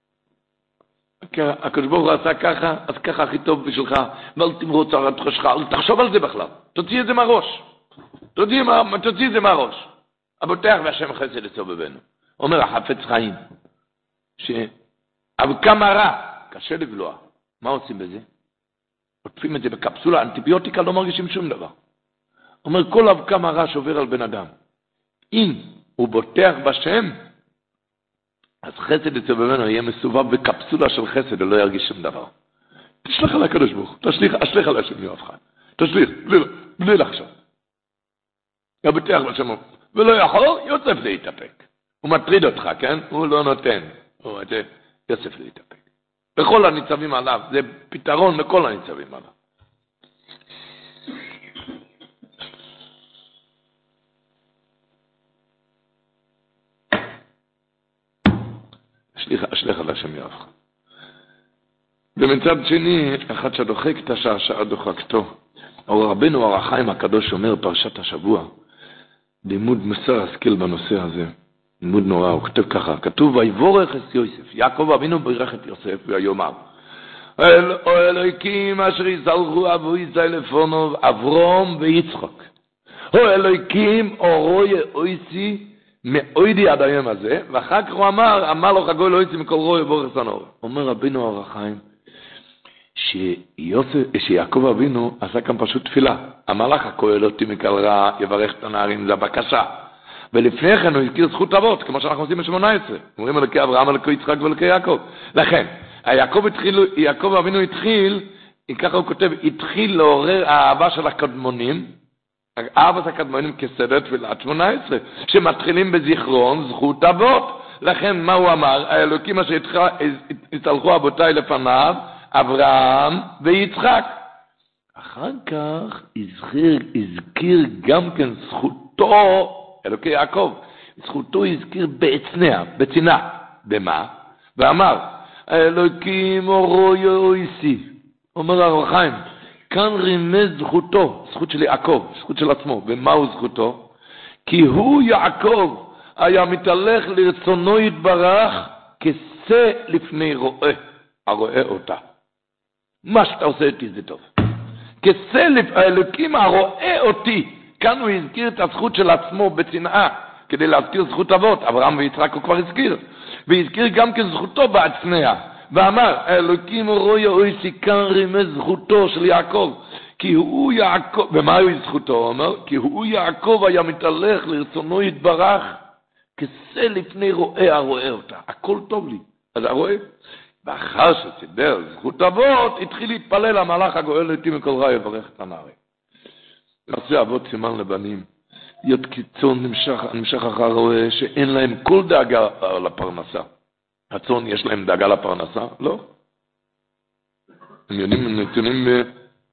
הקדוש ברוך הוא עשה ככה, אז ככה הכי טוב בשבילך, ואל תמרוץ על ראשך, אל תחשוב על זה בכלל. תוציא את זה מהראש. תוציא, תוציא את זה מהראש. הבוטח והשם חסד לסובבנו. אומר החפץ חיים, שאבקה מרה, קשה לבלוע. מה עושים בזה? עוטפים את זה בקפסולה, אנטיביוטיקה, לא מרגישים שום דבר. אומר, כל אבקה מרה שעובר על בן אדם. אם הוא בוטח בשם, אז חסד לסובבנו יהיה מסובב בקפסולה של חסד, ולא ירגיש שום דבר. תשלח על הקדוש ברוך הוא, תשליך, אשליך על השם יואב חיים. תשליך, בלי, בלי לחשוב. הבוטח בשם, ולא יכול, יוסף להתאפק. הוא מטריד אותך, כן? הוא לא נותן. הוא רוצה, יוסף להתאפק. בכל הניצבים עליו, זה פתרון לכל הניצבים עליו. אשליך, אשליך על השם יואב חיים. ומצד שני, אחד שדוחק את השעה, שעה דוחקתו. אור רבנו אור החיים הקדוש אומר פרשת השבוע, לימוד מוסר השכל בנושא הזה, לימוד נורא, הוא כותב ככה, כתוב ויבורך את יוסף, יעקב אבינו בירך את יוסף ויאמר, או אלוהיקים אשר יזלחו אבו ישראל לפונו אברום ויצחק, או אלוהיקים אורוי אויסי מאוידי עד היום הזה, ואחר כך הוא אמר, אמר לו חגוי לאויסי מכל רוי ובורך סנור. אומר רבינו אור החיים, שיוסף, שיעקב אבינו עשה כאן פשוט תפילה. אמר לך, הכהל אותי מקל רע, יברך את הנערים, זה הבקשה. ולפני כן הוא הזכיר זכות אבות, כמו שאנחנו עושים ב-שמונה עשרה. אומרים אלוקי אברהם, אלוקי יצחק ואלוקי יעקב. לכן, יעקב התחיל, יעקב אבינו התחיל, ככה הוא כותב, התחיל לעורר האהבה של הקדמונים, אהבת הקדמונים כסדר תפילת שמונה עשרה, שמתחילים בזיכרון זכות אבות. לכן, מה הוא אמר? האלוקים אשר התהלכו אבותיי לפניו, אברהם ויצחק. אחר כך הזכיר, הזכיר גם כן זכותו, אלוקי יעקב, זכותו הזכיר בעצניה, בצנעה. במה? ואמר, אלוקים אורוי אויסי. אומר הר חיים, כאן רימז זכותו, זכות של יעקב, זכות של עצמו. ומהו זכותו? כי הוא יעקב היה מתהלך לרצונו יתברך כסה לפני רואה, הרואה אותה. מה שאתה עושה איתי זה טוב. כסלף האלוקים הרואה אותי. כאן הוא הזכיר את הזכות של עצמו בצנעה, כדי להזכיר זכות אבות. אברהם ויצחק הוא כבר הזכיר. והזכיר גם כזכותו בעצמיה. ואמר, האלוקים רואה אותי, כאן רימז זכותו של יעקב. כי הוא יעקב, ומה הוא זכותו? הוא אומר, כי הוא יעקב היה מתהלך לרצונו יתברך, כסה לפני רואה הרואה אותה. הכל טוב לי. אז הרואה? ואחר שסידר זכות אבות, התחיל להתפלל המלאך הגואל אותי מכל רע יברך את הנערים. נעשה אבות סימן לבנים, יד קיצון נמשך, נמשך אחר רואה שאין להם כל דאגה לפרנסה. הצון יש להם דאגה לפרנסה? לא. הם יודעים, נתונים ב...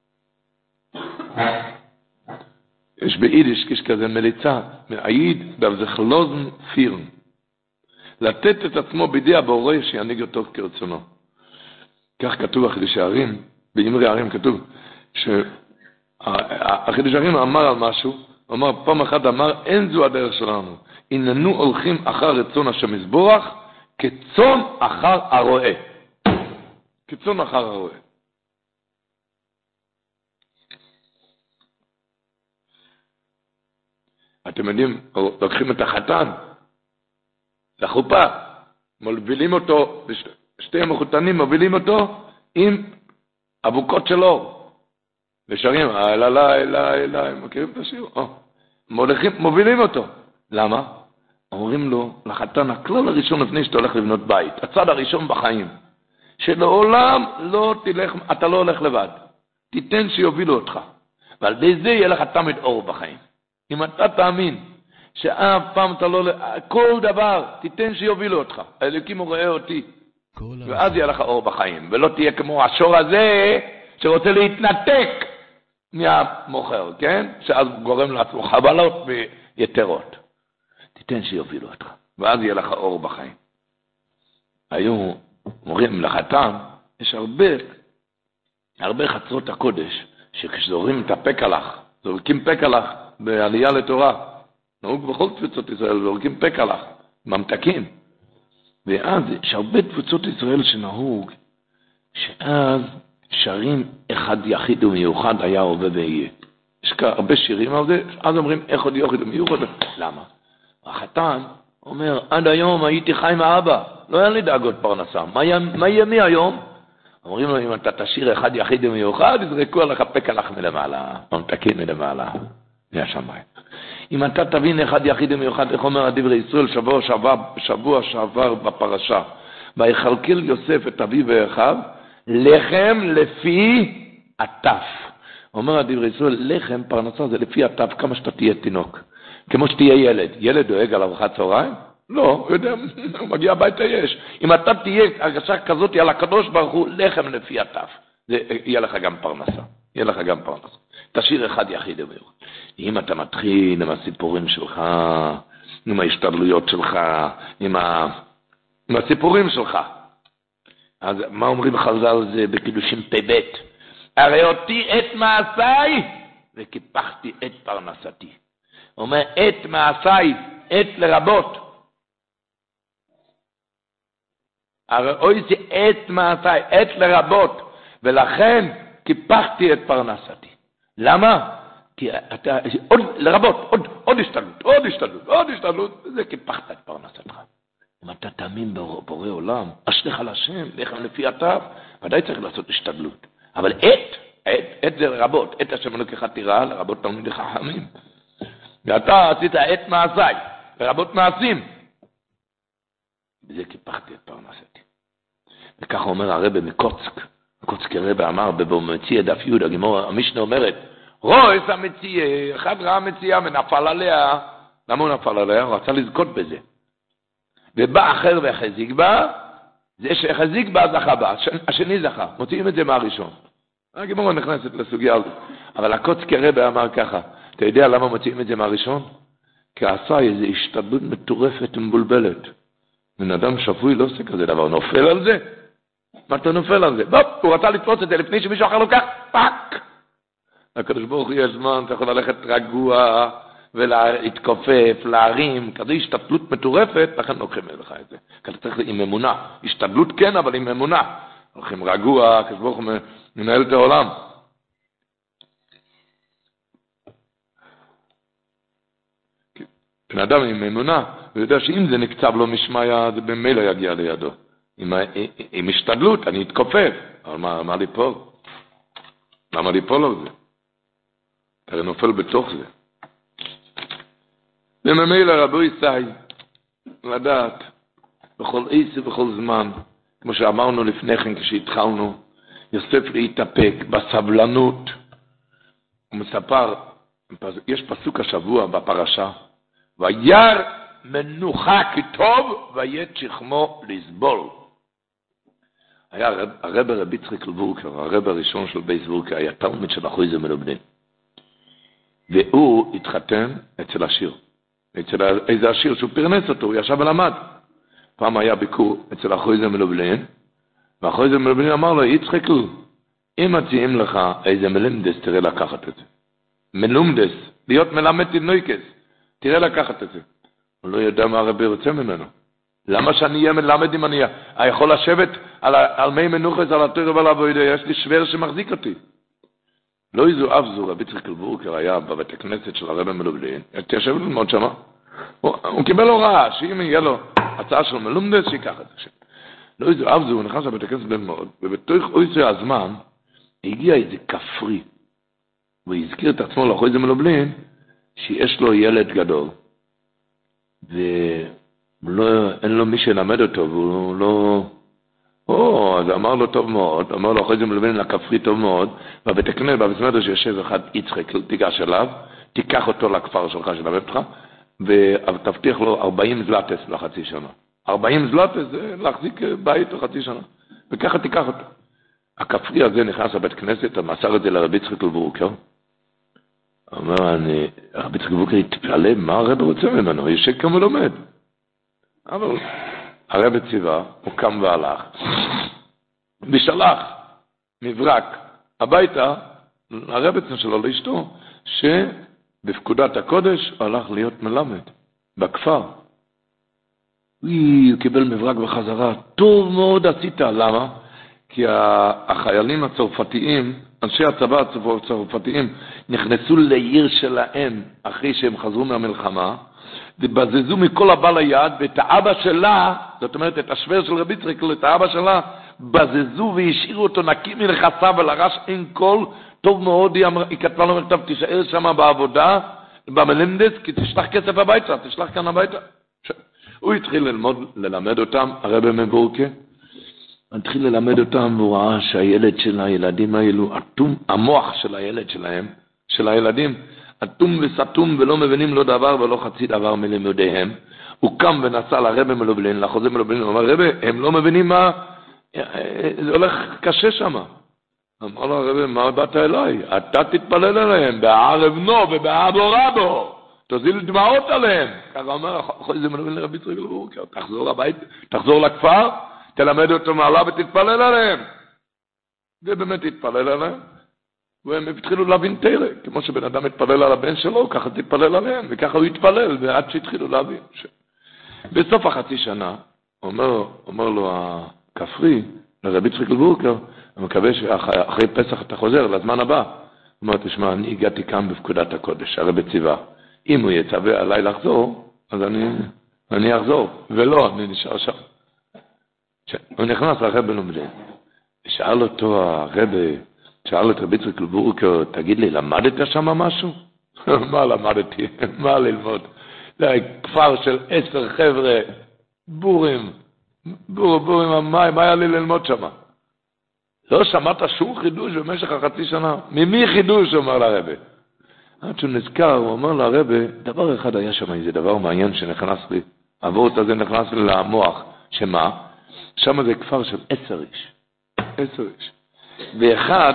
יש ביידיש יש כזה מליצה, מעיד בהבזחלוזן פירן. לתת את עצמו בידי הבורא שינהיג אותו כרצונו. כך כתוב בחידוש הערים, באמרי הערים כתוב, שהחידוש הערים אמר על משהו, הוא אמר, פעם אחת אמר, אין זו הדרך שלנו. איננו הולכים אחר רצון השם יזבורך, כצאן אחר הרועה. כצאן אחר הרועה. אתם יודעים, לוקחים את החתן, לחופה, מובילים אותו, שתי המחותנים מובילים אותו עם אבוקות של אור. ושרים, אלה, אלה, אלה, אלה, הם מכירים את השיר? מוליכים, מובילים אותו. למה? אומרים לו, לחתן, הכלל הראשון לפני שאתה הולך לבנות בית, הצד הראשון בחיים, שלעולם לא תלך, אתה לא הולך לבד. תיתן שיובילו אותך. ועל די זה יהיה לך תמיד אור בחיים. אם אתה תאמין שאף פעם אתה לא... כל דבר, תיתן שיובילו אותך. האלוקים הוא רואה אותי. ואז יהיה לך אור בחיים. ולא תהיה כמו השור הזה שרוצה להתנתק מהמוכר, כן? שאז גורם לעצמו חבלות ויתרות. תיתן שיובילו אותך. ואז יהיה לך אור בחיים. היו אומרים לחתם, יש הרבה, הרבה חצרות הקודש, שכשזורים את הפקלח, זורקים פקלח בעלייה לתורה, נהוג בכל תפוצות ישראל, זורקים פקלח, ממתקים. ואז יש הרבה תפוצות ישראל שנהוג, שאז שרים אחד יחיד ומיוחד היה הווה ויהיה. יש הרבה שירים על זה, אז אומרים איך עוד יחיד ומיוחד. למה? החתן אומר, עד היום הייתי חי מאבא, לא היה לי דאגות פרנסה. מה, מה יהיה מי היום? אומרים לו, אם אתה תשאיר אחד יחיד ומיוחד, יזרקו עליך פקלח מלמעלה, ממתקים מלמעלה, מהשמיים. אם אתה תבין אחד יחיד ומיוחד, איך אומר הדברי ישראל, שבוע שעבר, שבוע שעבר בפרשה, ויכלכל יוסף את אביו ואחיו, לחם לפי עטף. אומר הדברי ישראל, לחם פרנסה זה לפי עטף, כמה שאתה תהיה תינוק. כמו שתהיה ילד. ילד דואג על ארוחת צהריים? לא, הוא יודע, הוא מגיע הביתה יש. אם אתה תהיה הרגשה כזאת על הקדוש ברוך הוא, לחם לפי עטף. זה יהיה לך גם פרנסה. יהיה לך גם פרנסה. תשאיר אחד יחיד ומיוחד. אם אתה מתחיל עם הסיפורים שלך, עם ההשתדלויות שלך, עם, ה... עם הסיפורים שלך, אז מה אומרים חז"ל זה בקידושים פ"ב? הרי אותי את מעשיי וקיפחתי את פרנסתי. אומר את מעשיי, את לרבות. הרי אוי זה את מעשיי, את לרבות, ולכן קיפחתי את פרנסתי. למה? כי אתה, עוד לרבות, עוד, עוד השתדלות, עוד השתדלות, עוד השתדלות, וזה קיפחת את פרנסתך. אם אתה תאמין בורא עולם, אשליך לשם, לך לפי עטף, ודאי צריך לעשות השתדלות. אבל את, את, את זה לרבות, את השם אלוקיך תירא, לרבות תלמידי חכמים. ואתה עשית את מעשיי, לרבות מעשים. וזה קיפחתי את פרנסתי. וכך אומר הרב מקוצק, מקוצק הרב אמר, במציע דף יהודה, המשנה אומרת, רואה את המציע, אחד ראה המציע ונפל עליה. למה הוא נפל עליה? הוא רצה לזכות בזה. ובא אחר והחזיק בה, זה שהחזיק בה זכה בה, השני זכה, מוציאים את זה מהראשון. הגימורה נכנסת לסוגיה הזאת. אבל הקוצק הרב אמר ככה, אתה יודע למה מוציאים את זה מהראשון? כי עשה איזו השתדלות מטורפת ומבולבלת. בן אדם שפוי לא עושה כזה דבר, נופל על זה. מה אתה נופל על זה? בופ, הוא רצה לתפוס את זה לפני שמישהו אחר לוקח, פאק. הקדוש ברוך הוא יש זמן, אתה יכול ללכת רגוע ולהתכופף, להרים, כזה השתדלות מטורפת, לכן לוקחים לך את זה. כי אתה צריך עם אמונה. השתדלות כן, אבל עם אמונה. הולכים רגוע, הקדוש ברוך הוא מנהל את העולם. בן אדם עם אמונה, הוא יודע שאם זה נקצב לו משמעיה, זה במילא יגיע לידו. עם, עם השתדלות, אני אתכופף. אבל מה, מה ליפול? למה ליפול על זה? אתה נופל בתוך זה. בממילא רבו ישי, לדעת, בכל עיס ובכל זמן, כמו שאמרנו לפני כן כשהתחלנו, יוסף להתאפק בסבלנות. הוא מספר, יש פסוק השבוע בפרשה, וירא מנוחה כי טוב ויית שכמו לסבול. היה הרב, הרב רבי יצחק לבורקר, הרב הראשון של בייס וורקר, היה תלמיד של אחוז מלובלין. והוא התחתן אצל השיר. אצל איזה השיר שהוא פרנס אותו, הוא ישב ולמד. פעם היה ביקור אצל אחוז מלובלין, ואחוז מלובלין אמר לו, יצחק, אם מציעים לך איזה מלומדס, תראה לקחת את זה. מלומדס, להיות מלמד תינוקס. תראה לקחת את זה. הוא לא יודע מה הרבי רוצה ממנו. למה שאני אהיה מלמד אם אני יכול לשבת על, על מי מנוחס, על התורה ועל העבודה, יש לי שוור שמחזיק אותי. לא איזו אף זו, רבי יצחק לבורקר היה בבית הכנסת של הרבי מלובלין, תיישב ללמוד שמה. הוא, הוא קיבל הוראה, שאם יהיה לו הצעה של מלומדס, שיקח את זה. לא איזו אף זו, הוא נכנס לבית הכנסת ללמוד, ובתוך איזה הזמן, הגיע איזה כפרי, והוא הזכיר את עצמו לאחוז מלובלין, שיש לו ילד גדול, ואין לו מי שלמד אותו, והוא לא, או, אז אמר לו טוב מאוד, אמר לו אחרי זה מלבן לכפרי טוב מאוד, בבית הכנסת, בבית הכנסת שיושב אחד יצחק, תיגש אליו, תיקח אותו לכפר שלך, של הבן שלך, ותבטיח לו ארבעים זלטס לחצי שנה. ארבעים זלטס זה להחזיק בית לחצי שנה. וככה תיקח אותו. הכפרי הזה נכנס לבית כנסת, מסר את זה לרבי יצחק לבורקר. אומר, אני, רבי יצחק לבורקר התפלא, מה הרב רוצה ממנו? ישב כמה לומד. אבל הרב ציווה, הוא קם והלך. ושלח מברק הביתה, הרב שלו לאשתו, שבפקודת הקודש הלך להיות מלמד בכפר. הוא קיבל מברק בחזרה. טוב מאוד עשית. למה? כי החיילים הצרפתיים, אנשי הצבא הצרפתיים, נכנסו לעיר שלהם אחרי שהם חזרו מהמלחמה, ובזזו מכל הבא ליד, ואת האבא שלה, זאת אומרת את השוור של רבי יצחק, את האבא שלה, בזזו והשאירו אותו נקי מלחסה ולרש אין כל. טוב מאוד, היא, אמר, היא כתבה לו מכתב, תישאר שם בעבודה, במלמדס, כי תשלח כסף הביתה, תשלח כאן הביתה. ש... הוא התחיל ללמוד, ללמד אותם, הרבי מבורקה, התחיל ללמד אותם, והוא ראה שהילד של הילדים האלו, אטום, המוח של הילד שלהם, של הילדים, אטום וסתום ולא מבינים לא דבר ולא חצי דבר מלימודיהם. הוא קם ונסע לרבי מלובלין, לחוזה מלובלין, הוא אמר, רבי, הם לא מבינים מה, זה הולך קשה שם. אמר לו הרבי, מה באת אליי? אתה תתפלל עליהם, בערב נו ובעבו רבו, תוזיל דמעות עליהם. ככה אומר, חוזה מלובלין לרבי יצחק לבורקר, תחזור לבית, תחזור לכפר, תלמד אותו מעלה ותתפלל עליהם. ובאמת תתפלל עליהם. והם התחילו להבין תרא, כמו שבן אדם מתפלל על הבן שלו, ככה תתפלל עליהם, וככה הוא יתפלל, ועד שהתחילו להבין. ש... בסוף החצי שנה, אומר, אומר לו הכפרי, לרבי יצחק לבורקר, אני מקווה שאחרי פסח אתה חוזר, לזמן הבא. הוא אומר, תשמע, אני הגעתי כאן בפקודת הקודש, הרבי ציווה. אם הוא יצווה עליי לחזור, אז אני, אני אחזור. ולא, אני נשאר שם. הוא נכנס לרבי לומדין, ושאל אותו הרבי, שאל את רבי יצחק לבורקר, תגיד לי, למדת שם משהו? מה למדתי? מה ללמוד? זה כפר של עשר חבר'ה, בורים, בור, בורים, מה, מה היה לי ללמוד שם? לא שמעת שום חידוש במשך החצי שנה? ממי חידוש? אומר לרבי. עד שהוא נזכר, הוא אומר לרבי, דבר אחד היה שם, איזה דבר מעניין שנכנס לי, העבורת הזה נכנס לי למוח, שמה? שם זה כפר של עשר איש. עשר איש. ואחד,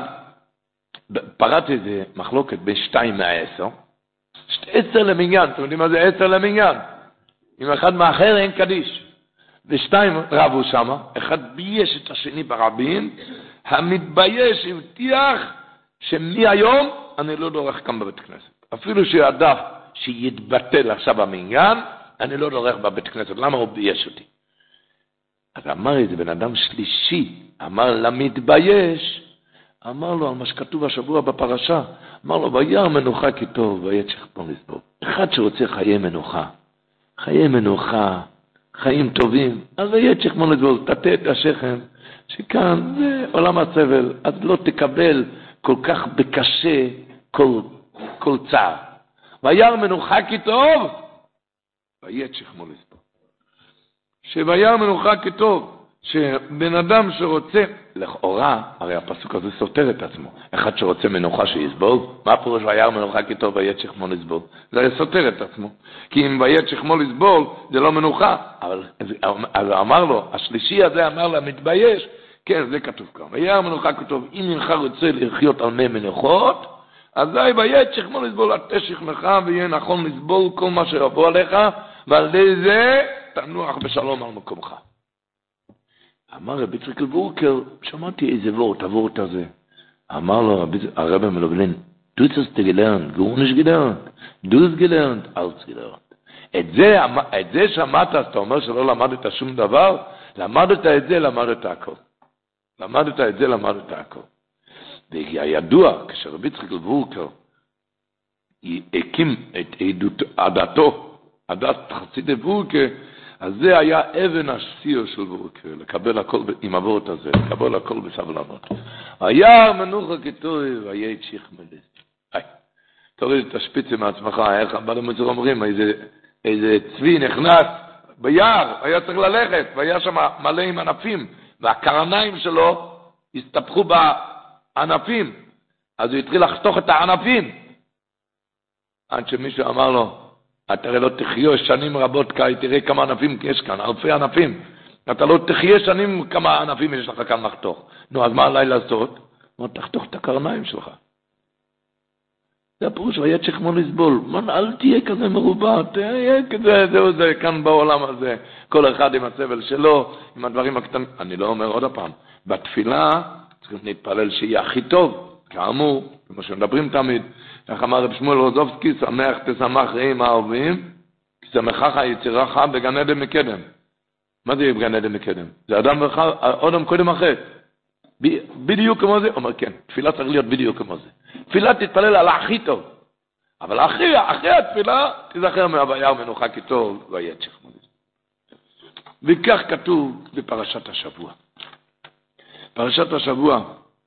פרט איזה מחלוקת בין שתיים מהעשר, עשר למניין, אתם יודעים מה זה עשר למניין? אם אחד מאחר אין קדיש. ושתיים רבו שם, אחד בייש את השני ברבים, המתבייש הבטיח שמהיום אני לא דורך כאן בבית כנסת. אפילו שידע שיתבטל עכשיו המניין, אני לא דורך בבית כנסת. למה הוא בייש אותי? אז אמר איזה בן אדם שלישי, אמר למתבייש, אמר לו על מה שכתוב השבוע בפרשה, אמר לו, וירא מנוחה כי טוב, ויצ'ך פה לסבוב. אחד שרוצה חיי מנוחה, חיי מנוחה, חיים טובים, אז ויצ'ך פה לסבוב, תטה את השכם, שכאן זה עולם הסבל, אז לא תקבל כל כך בקשה כל, כל צער. וירא מנוחה כי טוב, ויצ'ך פה לסבוב. שוירא מנוחה כי טוב, שבן אדם שרוצה, לכאורה, הרי הפסוק הזה סותר את עצמו, אחד שרוצה מנוחה שיסבול, מה פירוש וירא מנוחה כי טוב ויית שכמו לסבול? זה הרי סותר את עצמו, כי אם ויית שכמו לסבול זה לא מנוחה, אבל אז אמר לו, השלישי הזה אמר לה, מתבייש, כן, זה כתוב כאן, וירא מנוחה כי טוב, אם אינך רוצה לחיות על מי מנוחות, אזי ויית שכמו לסבול, אתה שכמך ויהיה נכון לסבול כל מה שיבוא עליך, ועל ידי זה תנוח בשלום על מקומך. אמר רבי יצחק לבורקר, שמעתי איזה וורט, הוורט הזה. אמר לו הרבי מלובלין, du hast gelernt, gar nicht gelernt. Du hast gelernt, als gelernt. את זה, את זה שמעת, אז אתה אומר שלא למדת שום דבר? למדת את זה, למדת הכל. למדת את זה, למדת הכל. והידוע, כשרבי יצחק לבורקר הקים את עדתו, עדת חסידי בורקה, אז זה היה אבן השיר של בורקה, לקבל הכל עם עבורת הזה, לקבל הכל בסבלנות. היה מנוחה כתוב, והיה את שיח מלס. היי, תוריד את השפיצה מעצמך, איך בלמצור אומרים, איזה, איזה צבי נכנס ביער, היה צריך ללכת, והיה שם מלא עם ענפים, והקרניים שלו הסתפחו בענפים, אז הוא התחיל לחתוך את הענפים, עד שמישהו אמר לו, אתה הרי לא תחיה שנים רבות, כי תראה כמה ענפים יש כאן, אלפי ענפים, אתה לא תחיה שנים כמה ענפים יש לך כאן לחתוך. נו, אז מה עליי לעשות? הוא אומר, תחתוך את הקרניים שלך. זה הפירוש, והיה צריך כמו לסבול. אל תהיה כזה מרובע, תהיה כזה, זהו זה, כאן בעולם הזה. כל אחד עם הסבל שלו, עם הדברים הקטנים. אני לא אומר עוד הפעם, בתפילה צריכים להתפלל שיהיה הכי טוב. כאמור, כמו שמדברים תמיד, איך אמר רב שמואל רוזובסקי, שמח תשמח רעים האהובים, כי שמחך יצירך בגן עדן מקדם. מה זה בגן עדן מקדם? זה אדם אדם קודם אחרי. בדיוק כמו זה? אומר כן, תפילה צריך להיות בדיוק כמו זה. תפילה תתפלל על הכי טוב. אבל אחרי, אחרי התפילה, תזכר מהבעיה ומנוחה כי טוב, ויצ'ך מוליד. וכך כתוב בפרשת השבוע. פרשת השבוע,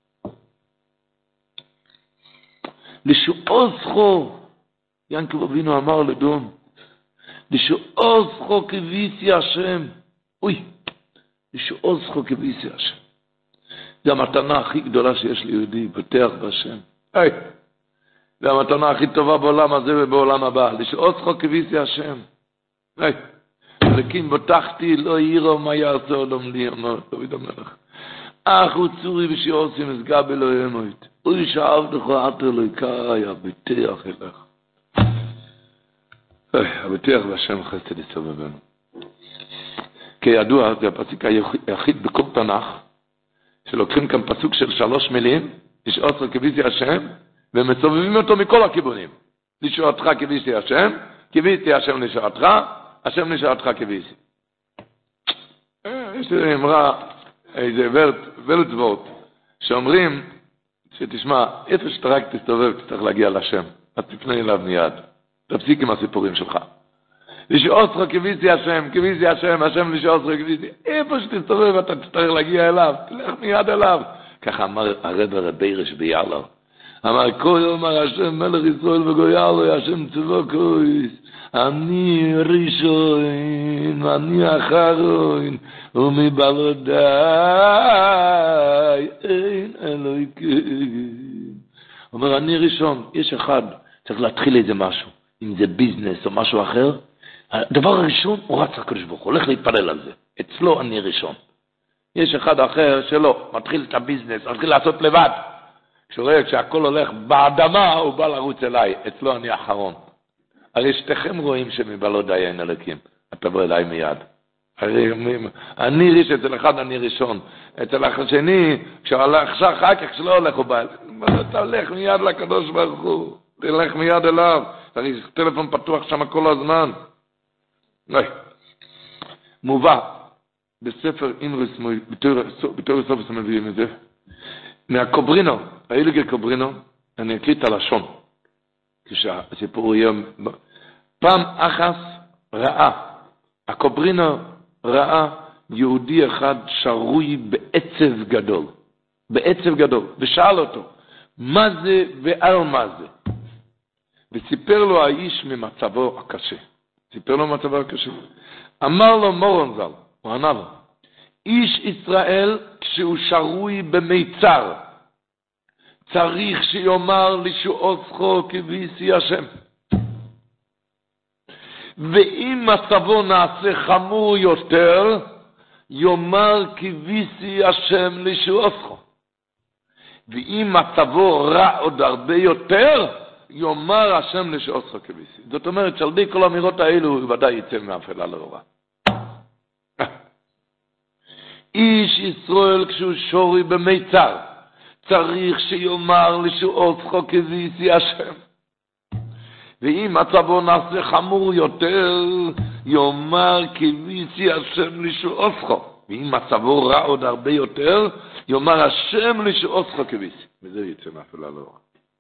לשעוזכו, ינקב אבינו אמר לדון, לשעוזכו כביסי השם. אוי, לשעוזכו כביסי השם. זה המתנה הכי גדולה שיש ליהודי, בטח בהשם. היי, זה המתנה הכי טובה בעולם הזה ובעולם הבא. לשעוזכו כביסי השם. היי, אלוקים בוטחתי, לא יראו מה יעשה אדם לי, אמר דוד המלך. אך הוא צורי בשעוזי מסגע בלא ימות. אוי שעבדך עתה אלוקי, הבטח אלך. היי, הבטח בהשם חסד יסובבנו. כידוע, זה הפסוק היחיד בכל תנ"ך, שלוקחים כאן פסוק של שלוש מילים, לשעותך כביסי השם, ומסובבים אותו מכל הכיוונים. לשעותך כביסי השם, כביסי השם לשעותך, השם לשעותך כביסי. יש לי אמרה, איזה ולטוורט, שאומרים, שתשמע, איפה שאתה רק תסתובב, תצטרך להגיע לשם. אז תפנה אליו מיד. תפסיק עם הסיפורים שלך. לשעותך כביסי השם, כביסי השם, השם לשעותך כביסי. איפה שתסתובב אתה תצטרך להגיע אליו, תלך מיד אליו. ככה אמר הרב רבי רש ביאלר. אמר, כה יאמר השם מלך ישראל וגויה לו, השם צבקות, אני ראשון, אני אחרון, ומבלעדיי אין אלוהים. אומר, אני ראשון, יש אחד, צריך להתחיל איזה משהו, אם זה ביזנס או משהו אחר, הדבר הראשון הוא רץ לקדוש ברוך הוא, הולך להתפלל על זה. אצלו אני ראשון. יש אחד אחר שלא, מתחיל את הביזנס, מתחיל לעשות לבד. כשהוא רואה, כשהכל הולך באדמה, הוא בא לרוץ אליי. אצלו אני האחרון. הרי שתיכם רואים שמבלעדיי אין אלוקים. אתה בוא אליי מיד. הרי אני ראשון, אצל אחד אני ראשון. אצל השני, כשהוא הולך אחר כך, כשלא הולך הוא בא. אתה הולך מיד לקדוש ברוך הוא. תלך מיד אליו. הרי טלפון פתוח שם כל הזמן. מובא בספר אינרס, בתור סופס מביאים את זה, מהקוברינו, האילגל קוברינו, אני אקריא את הלשון, כשהסיפור יהיה, פעם אחת ראה, הקוברינו ראה יהודי אחד שרוי בעצב גדול, בעצב גדול, ושאל אותו, מה זה ועל מה זה? וסיפר לו האיש ממצבו הקשה. סיפר לו מצבו הקשה. אמר לו מורון ז"ל, הוא ענה לו, איש ישראל כשהוא שרוי במיצר, צריך שיאמר לשעותך כביסי השם. ואם מצבו נעשה חמור יותר, יאמר כביסי השם לשעותך. ואם מצבו רע עוד הרבה יותר, יאמר השם לשעותך כביסי. זאת אומרת, שלדי כל האמירות האלו, הוא ודאי יצא מאפלה לאורה. איש ישראל כשהוא שורי במיצר, צריך שיאמר לשעותך כביסי השם. ואם מצבו נעשה חמור יותר, יאמר כביסי השם לשעותך. ואם מצבו רע עוד הרבה יותר, יאמר השם לשעותך כביסי. וזה יצא מאפלה לאורה.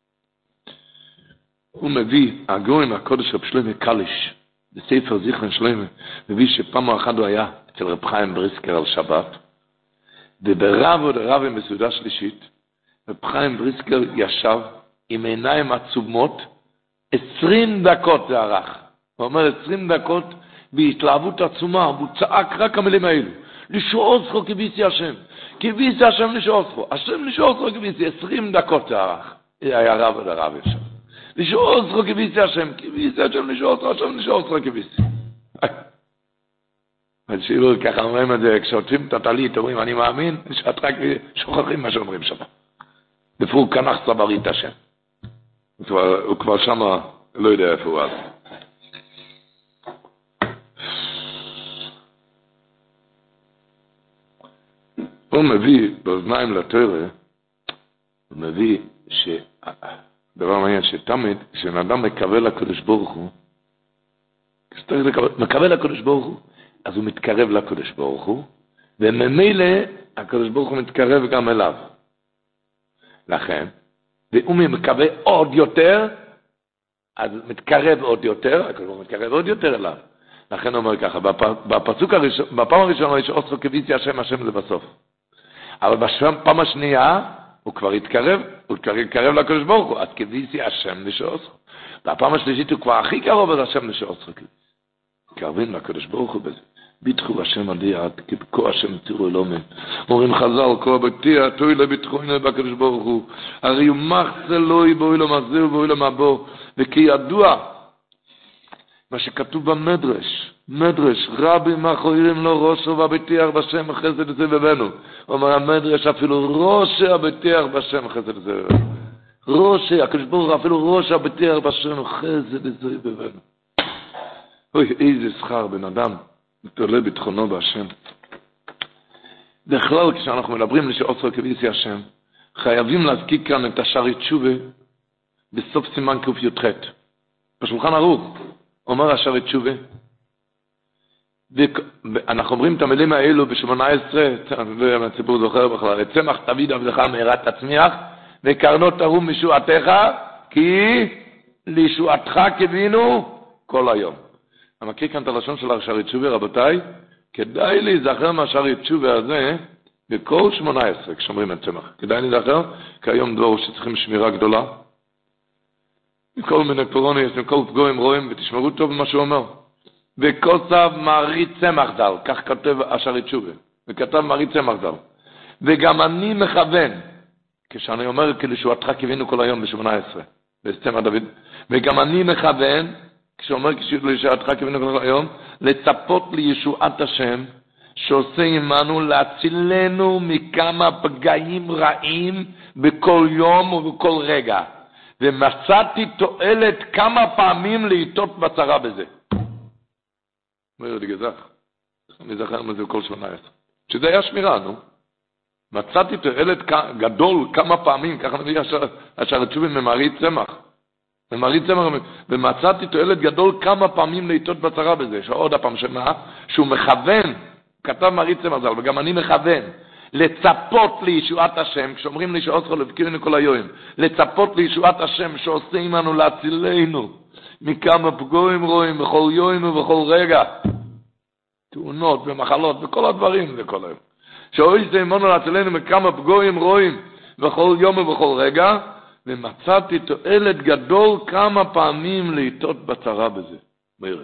הוא מביא, הגאון הקודש רב שלמה קליש, בספר זיכרון שלמה, מביא שפעם אחת הוא היה אצל רב חיים בריסקר על שבת, וברב עוד הרבים בסעודה שלישית, רב חיים בריסקר ישב עם עיניים עצומות, עשרים דקות זה ערך. הוא אומר עשרים דקות בהתלהבות עצומה, הוא צעק רק המילים האלו. לשעוזכו כביסי השם. כביסי השם לשעוזכו. השם לשעוזכו כביסי. עשרים דקות הערך. היה רב עוד הרב ישר. לשעוזכו כביסי השם. כביסי השם לשעוזכו. השם לשעוזכו כביסי. אז שאילו ככה אומרים את זה, כשעוטפים את הטלית, אומרים, אני מאמין, שאת רק שוכחים מה שאומרים שם. לפור כנח צברית השם. הוא כבר, הוא כבר שמה, לא יודע איפה הוא אז. הוא מביא באוזניים לתורה, הוא מביא ש... דבר מעניין, שתמיד, כשאדם מקבל לקדוש ברוך הוא, מקבל לקדוש ברוך הוא, אז הוא מתקרב לקדוש ברוך הוא, וממילא הקדוש ברוך הוא מתקרב גם אליו. לכן, והוא מקווה עוד יותר, אז מתקרב עוד יותר, הקדוש ברוך הוא מתקרב עוד יותר אליו. לכן הוא אומר ככה, בפסוק הראשון, בפעם הראשונה יש עושו כביסי השם, השם זה בסוף. אבל בפעם השנייה, הוא כבר התקרב, הוא כבר התקרב לקדוש ברוך הוא, אז כביסי השם לשעושו. בפעם השלישית הוא כבר הכי קרוב על השם לשעושו כביסי. קרבים לקדוש ברוך הוא בזה. ביטחו השם עדיעת, כבקו השם תראו אלומים. אומרים חז"ל, כה בקטיע, תוי לביטחו הנה בקדוש ברוך הוא. הרי הוא מחצה לוי באוילם הזה ובאוילם הבא. וכידוע, מה שכתוב במדרש, מדרש, רבי מחוירים לו ראשו והביטיח בשם חסד זה בבנו. אומר המדרש, אפילו ראש הביטיח בשם חסד זה בבנו. ראש, הקדוש ברוך הוא אפילו ראש הביטיח בשם חסד זה בבנו. אוי, איזה שכר בן אדם, מתעלה ביטחונו בהשם. בכלל, כשאנחנו מדברים לשעושו כביסי השם, חייבים להזכיר כאן את השערי תשובה בסוף סימן ק"ח. בשולחן ערוך, אומר השערי תשובה, ואנחנו אומרים את המילים האלו ב-שמונה עשרה, הציבור זוכר בכלל, צמח תמיד עבדך מהרת תצמיח, וקרנות תרום משועתך, כי לישועתך קיווינו כל היום. אני מכיר כאן את הלשון של השערי תשובה, רבותיי, כדאי להיזכר מהשערי תשובה הזה בכל שמונה עשרה, כשאומרים את צמח. כדאי להיזכר, כי היום דור שצריכים שמירה גדולה. מכל מיני פורוני, מכל פגועים רואים, ותשמרו טוב מה שהוא אומר. וכותב מעריץ צמח דל, כך כתב השערי תשובה, וכתב מעריץ צמח דל. וגם אני מכוון, כשאני אומר כלישועתך קיווינו כל היום ב-שמונה עשרה, בסצמח דוד, וגם אני מכוון, כשאומר כלישועתך קיווינו כל היום, לצפות לישועת השם, שעושה עמנו להצילנו מכמה פגעים רעים בכל יום ובכל רגע. ומצאתי תועלת כמה פעמים להיטות בצרה בזה. אומר לי גזח, אני זכר מזה כל שמונה עשרה. שזה היה שמירה, נו. מצאתי תועלת גדול כמה פעמים, ככה נביא השערי תשובה ממעריץ צמח. ממעריץ צמח, ומצאתי תועלת גדול כמה פעמים להיטות בצרה בזה. שעוד הפעם שמה, שהוא מכוון, כתב מעריץ צמח ז"ל, וגם אני מכוון, לצפות לישועת השם, כשאומרים לי שעושו לבקירנו כל היום, לצפות לישועת השם שעושה עמנו להצילנו מכמה פגועים רואים בכל יום ובכל רגע, תאונות ומחלות וכל הדברים זה כל היום, שעושה עמנו להצילנו מכמה פגועים רואים בכל יום ובכל רגע, ומצאתי תועלת גדול כמה פעמים להיטות בצרה בזה. מרק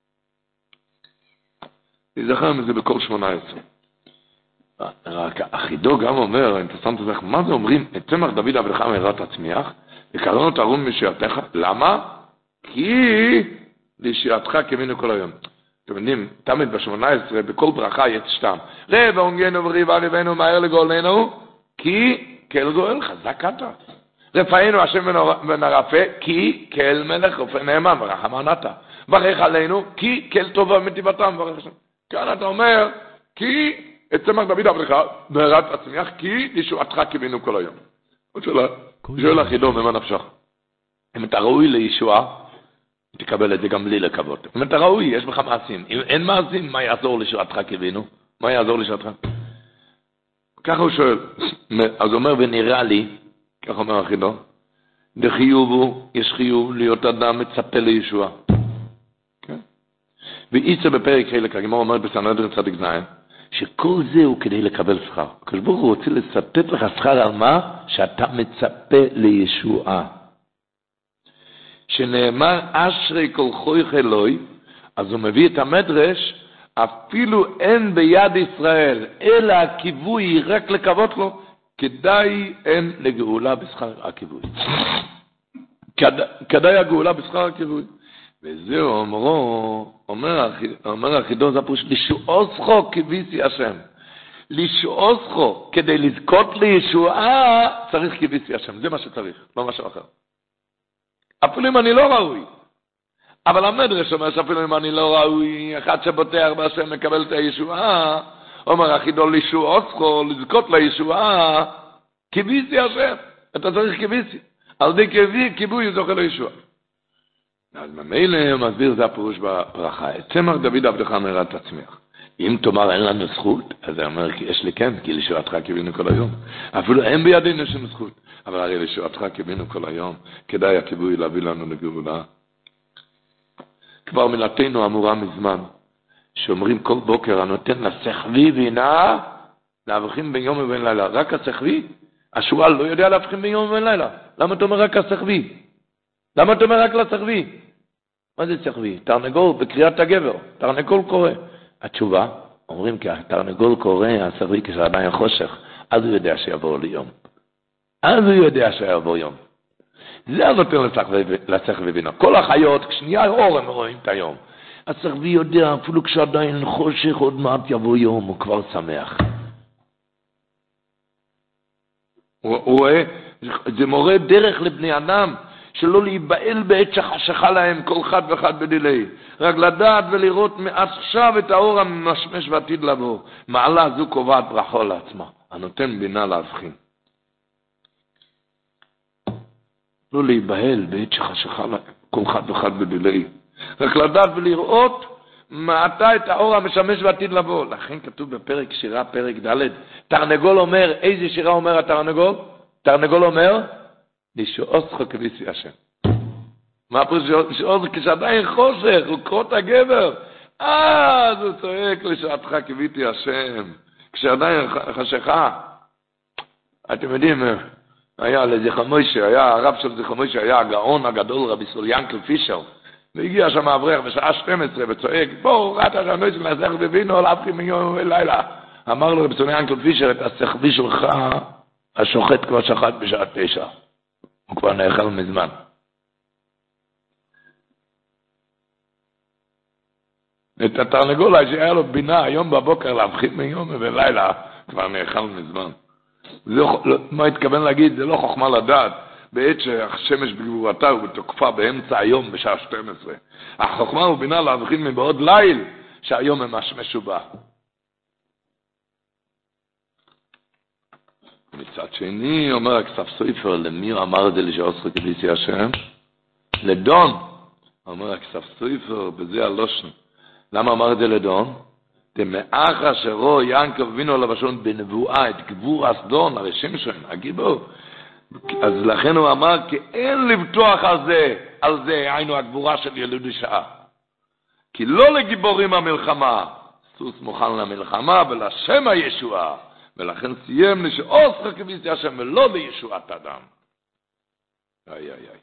תזכר מזה בכל שמונה עשרה. רק אחידו גם אומר, אינטרסנט הזה, מה זה אומרים? את צמח דוד עבדך מהרת תצמיח, וקראנו תרום משעתך. למה? כי לשעתך קיווינו כל היום. אתם יודעים, תמיד ב-שמונה עשרה, בכל ברכה יש שתם. רב אונגנו וריבה רבנו מהר לגאולנו, כי כאל גואל חזק אתה. רפאנו השם ונרפא, כי כאל מלך רופא נאמן ורחמן אתה. ברך עלינו, כי כאל טובה מטבעתם ברך השם. כאן אתה אומר, כי את צמח דוד עבדך מהרת תצמיח, כי לישועתך קיווינו כל היום. עוד שאלה, שואל אחידו, ממה נפשך? אם אתה ראוי לישועה, תקבל את זה גם בלי לקוות. אם אתה ראוי, יש בך מעשים. אם אין מעשים, מה יעזור לישועתך קיווינו? מה יעזור לישועתך? ככה הוא שואל. אז הוא אומר, ונראה לי, ככה אומר אחידו, דחיוב הוא, יש חיוב להיות אדם מצפה לישועה. ואיצה בפרק חלק, הגמרא אומרת בסנהדרין צדיק ז', שכל זה הוא כדי לקבל שכר. הקדוש ברוך הוא רוצה לספק לך שכר על מה? שאתה מצפה לישועה. שנאמר אשרי כל חויך אלוהי, אז הוא מביא את המדרש אפילו אין ביד ישראל, אלא הכיווי רק לקוות לו, כדאי אין לגאולה בשכר הכיווי. כדאי הגאולה בשכר הכיווי. וזהו אומרו, אומר, אומר החידון זפוש, לישועוסכו כביסי השם. לישועוסכו, כדי לזכות לישועה, צריך כביסי השם. זה מה שצריך, לא משהו אחר. אפילו אם אני לא ראוי. אבל המדרש אומר שאפילו אם אני לא ראוי, אחד שבוטח בהשם מקבל את הישועה, אומר החידון לישועוסכו, לזכות לישועה, כביסי השם. אתה צריך כביסי. על די כבי, כיבוי זוכה לישועה. אז ממילא מסביר זה הפירוש בברכה. צמח דוד עבדך נראה תצמיח. אם תאמר אין לנו זכות, אז הוא אומר, יש לי כן, כי לישועתך קיווינו כל היום. אפילו אין בידינו שום זכות. אבל הרי לישועתך קיווינו כל היום. כדאי הכיבוי להביא לנו לגאולה. כבר מילתנו אמורה מזמן, שאומרים כל בוקר, הנותן לשכבי וינה, להבחין בין יום ובין לילה. רק השכבי? השואל לא יודע להבחין בין יום ובין לילה. למה אתה אומר רק השכבי? למה אתה אומר רק לשכבי? מה זה שכבי? תרנגול בקריאת הגבר. תרנגול קורא. התשובה, אומרים כי התרנגול קורא, השכבי כשעדיין חושך, אז הוא יודע שיבוא ליום. אז הוא יודע שיבוא יום. זה הנותן לשכבי בינה. כל החיות, כשנהיה אור הם רואים את היום. השכבי יודע, אפילו כשעדיין חושך, עוד מעט יבוא יום, הוא כבר שמח. הוא רואה, זה מורה דרך לבני אדם, שלא להיבעל בעת שחשכה להם כל חד וחד בדילי. רק לדעת ולראות מעכשיו את האור המשמש ועתיד לבוא. מעלה זו קובעת ברכה לעצמה. הנותן בינה להבחין. לא להיבהל בעת שחשכה להם כל חד וחד בדילי. רק לדעת ולראות מעתה את האור המשמש ועתיד לבוא. לכן כתוב בפרק שירה, פרק ד', תרנגול אומר, איזה שירה אומר התרנגול? תרנגול אומר, לישועוסכו כביסי השם. מה פה לישועוסכו? כשעדיין חושך, הוא קרוא את הגבר. אז הוא צועק לישועתך כביסי השם. כשעדיין חשכה. אתם יודעים, היה לזכר מוישה, היה הרב של זכר מוישה, היה הגאון הגדול רבי סוליאנקל פישר. והגיע שם אברך בשעה שתים עשרה וצועק, בואו, ראת השנוי של הסך בבינו, על אבחי מיום ולילה. אמר לו רבי סוליאנקל פישר, את הסכבי שלך, השוחט כבר שחט בשעה תשע. הוא כבר נאכל מזמן. את התרנגול שהיה לו בינה היום בבוקר להבחין מיום ולילה, כבר נאכל מזמן. זה, מה התכוון להגיד? זה לא חוכמה לדעת. בעת שהשמש בגבורתה ובתוקפה באמצע היום בשעה שתים עשרה. החוכמה הוא בינה להבחין מבעוד ליל שהיום המשמש ובא. מצד שני, אומר הכסף סופר, למי הוא אמר את זה לישועוסכו כביסי השם? לדון. אומר הכסף סופר, בזה הלושן. למה אמר את זה לדון? דמאח אשרו יעקב אבינו לבשון בנבואה את גבור אסדון, הרי שמשון, הגיבור. אז לכן הוא אמר, כי אין לבטוח על זה, על זה היינו הגבורה של ילוד שעה. כי לא לגיבורים המלחמה, סוס מוכן למלחמה ולשם הישועה. ולכן סיים לישועוסכו כביסי השם ולא לישועת אדם. איי איי איי.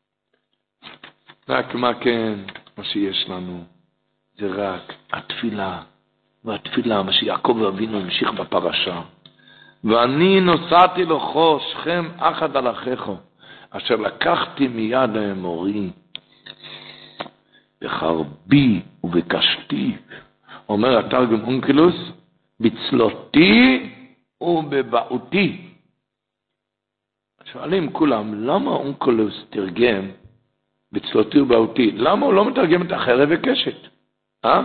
רק מה כן, מה שיש לנו, זה רק התפילה, והתפילה, מה שיעקב אבינו המשיך בפרשה. ואני נוסעתי לכו שכם אחד על אחיכו, אשר לקחתי מיד האמורי, בחרבי ובקשתי, אומר התרגום אונקלוס, בצלותי ובבעותי. שואלים כולם, למה אונקלוס תרגם בצלותי ובבעותי? למה הוא לא מתרגם את החרב וקשת? אה?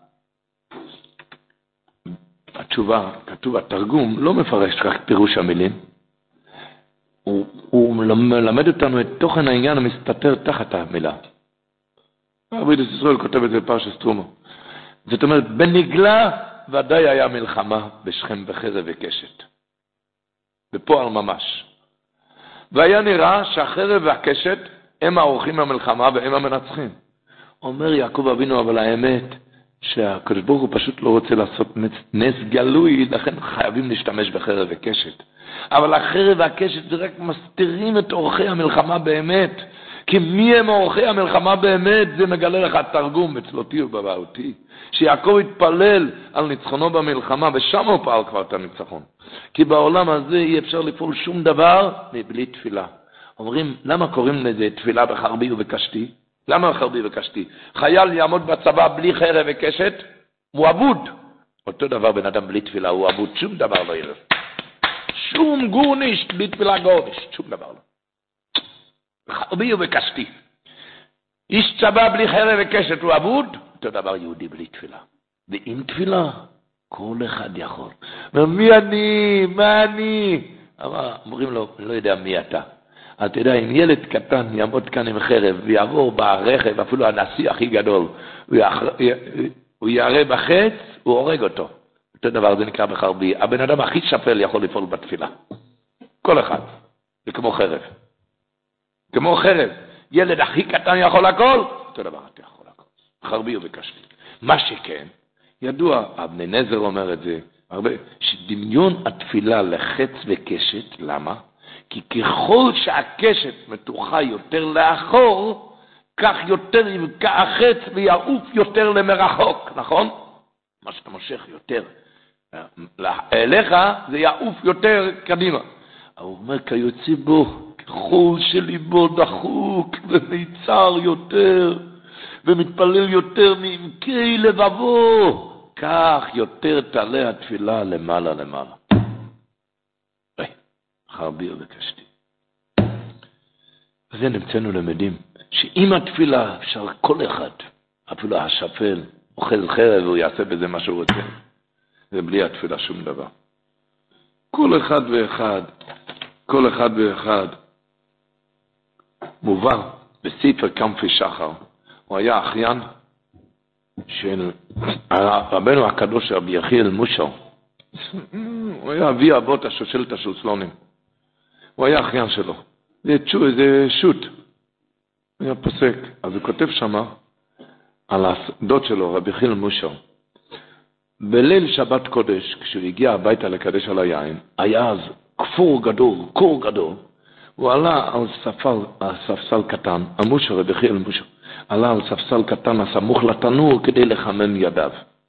התשובה, כתוב, התרגום לא מפרש רק פירוש המילים. הוא, הוא מלמד אותנו את תוכן העניין המסתתר תחת המילה. רבי דוד ישראל כותב את זה בפרשת תרומה. זאת אומרת, בנגלה ודאי היה מלחמה בשכם בחרב וקשת. בפועל ממש. והיה נראה שהחרב והקשת הם האורחים מהמלחמה והם המנצחים. אומר יעקב אבינו, אבל האמת שהקדוש ברוך הוא פשוט לא רוצה לעשות נס גלוי, לכן חייבים להשתמש בחרב וקשת. אבל החרב והקשת זה רק מסתירים את אורחי המלחמה באמת. כי מי הם אורחי המלחמה באמת, זה מגלה לך תרגום אצלותי ובבאותי. שיעקב התפלל על ניצחונו במלחמה, ושם הוא פעל כבר את הניצחון. כי בעולם הזה אי אפשר לפעול שום דבר מבלי תפילה. אומרים, למה קוראים לזה תפילה בחרבי ובקשתי? למה בחרבי ובקשתי? חייל יעמוד בצבא בלי חרב וקשת, הוא אבוד. אותו דבר בן אדם בלי תפילה, הוא אבוד, שום דבר לא יראה. שום גורניש, בלי תפילה גורניש, שום דבר לא. בחרבי ובקשתי. איש צבא בלי חרב וקשת הוא אבוד, אותו דבר יהודי בלי תפילה. ועם תפילה, כל אחד יכול. ומי אני? מה אני? אומרים לו, לא יודע מי אתה. אתה יודע, אם ילד קטן יעמוד כאן עם חרב ויעבור ברכב, אפילו הנשיא הכי גדול, הוא יערה בחץ, הוא הורג אותו. אותו דבר זה נקרא בחרבי. הבן אדם הכי שפל יכול לפעול בתפילה. כל אחד. זה כמו חרב. כמו חרב. ילד הכי קטן יכול הכל, אותו דבר אתה יכול הכל. חרבי ובקשתי. מה שכן, ידוע, אבני נזר אומר את זה, הרבה, שדמיון התפילה לחץ וקשת, למה? כי ככל שהקשת מתוחה יותר לאחור, כך יותר יבקע החץ ויעוף יותר למרחוק, נכון? מה שאתה מושך יותר אליך, זה יעוף יותר קדימה. הוא אומר, כיוצא בו, ככל שליבו דחוק ומיצר יותר, ומתפלל יותר מעמקי לבבו, כך יותר תעלה התפילה למעלה למעלה. חרבי ובקשתי. וזה נמצאנו למדים, שאם התפילה אפשר כל אחד, אפילו השפל, אוכל חרב והוא יעשה בזה מה שהוא רוצה, ובלי התפילה שום דבר. כל אחד ואחד, כל אחד ואחד, מובא בספר כנפי שחר, הוא היה אחיין של רבנו הקדוש רבי יחיאל מושר, הוא היה אבי אבות השושלת השוסלונים, הוא היה אחיין שלו, זה שוט, הוא היה פוסק, אז הוא כותב שמה על הדוד שלו, רבי יחיאל מושר, בליל שבת קודש, כשהוא הגיע הביתה לקדש על היין, היה אז כפור גדול, קור גדול, הוא עלה על ספסל, על ספסל קטן, המושר, רבי יחיאל מושר, עלה על ספסל קטן הסמוך לתנור כדי לחמם ידיו.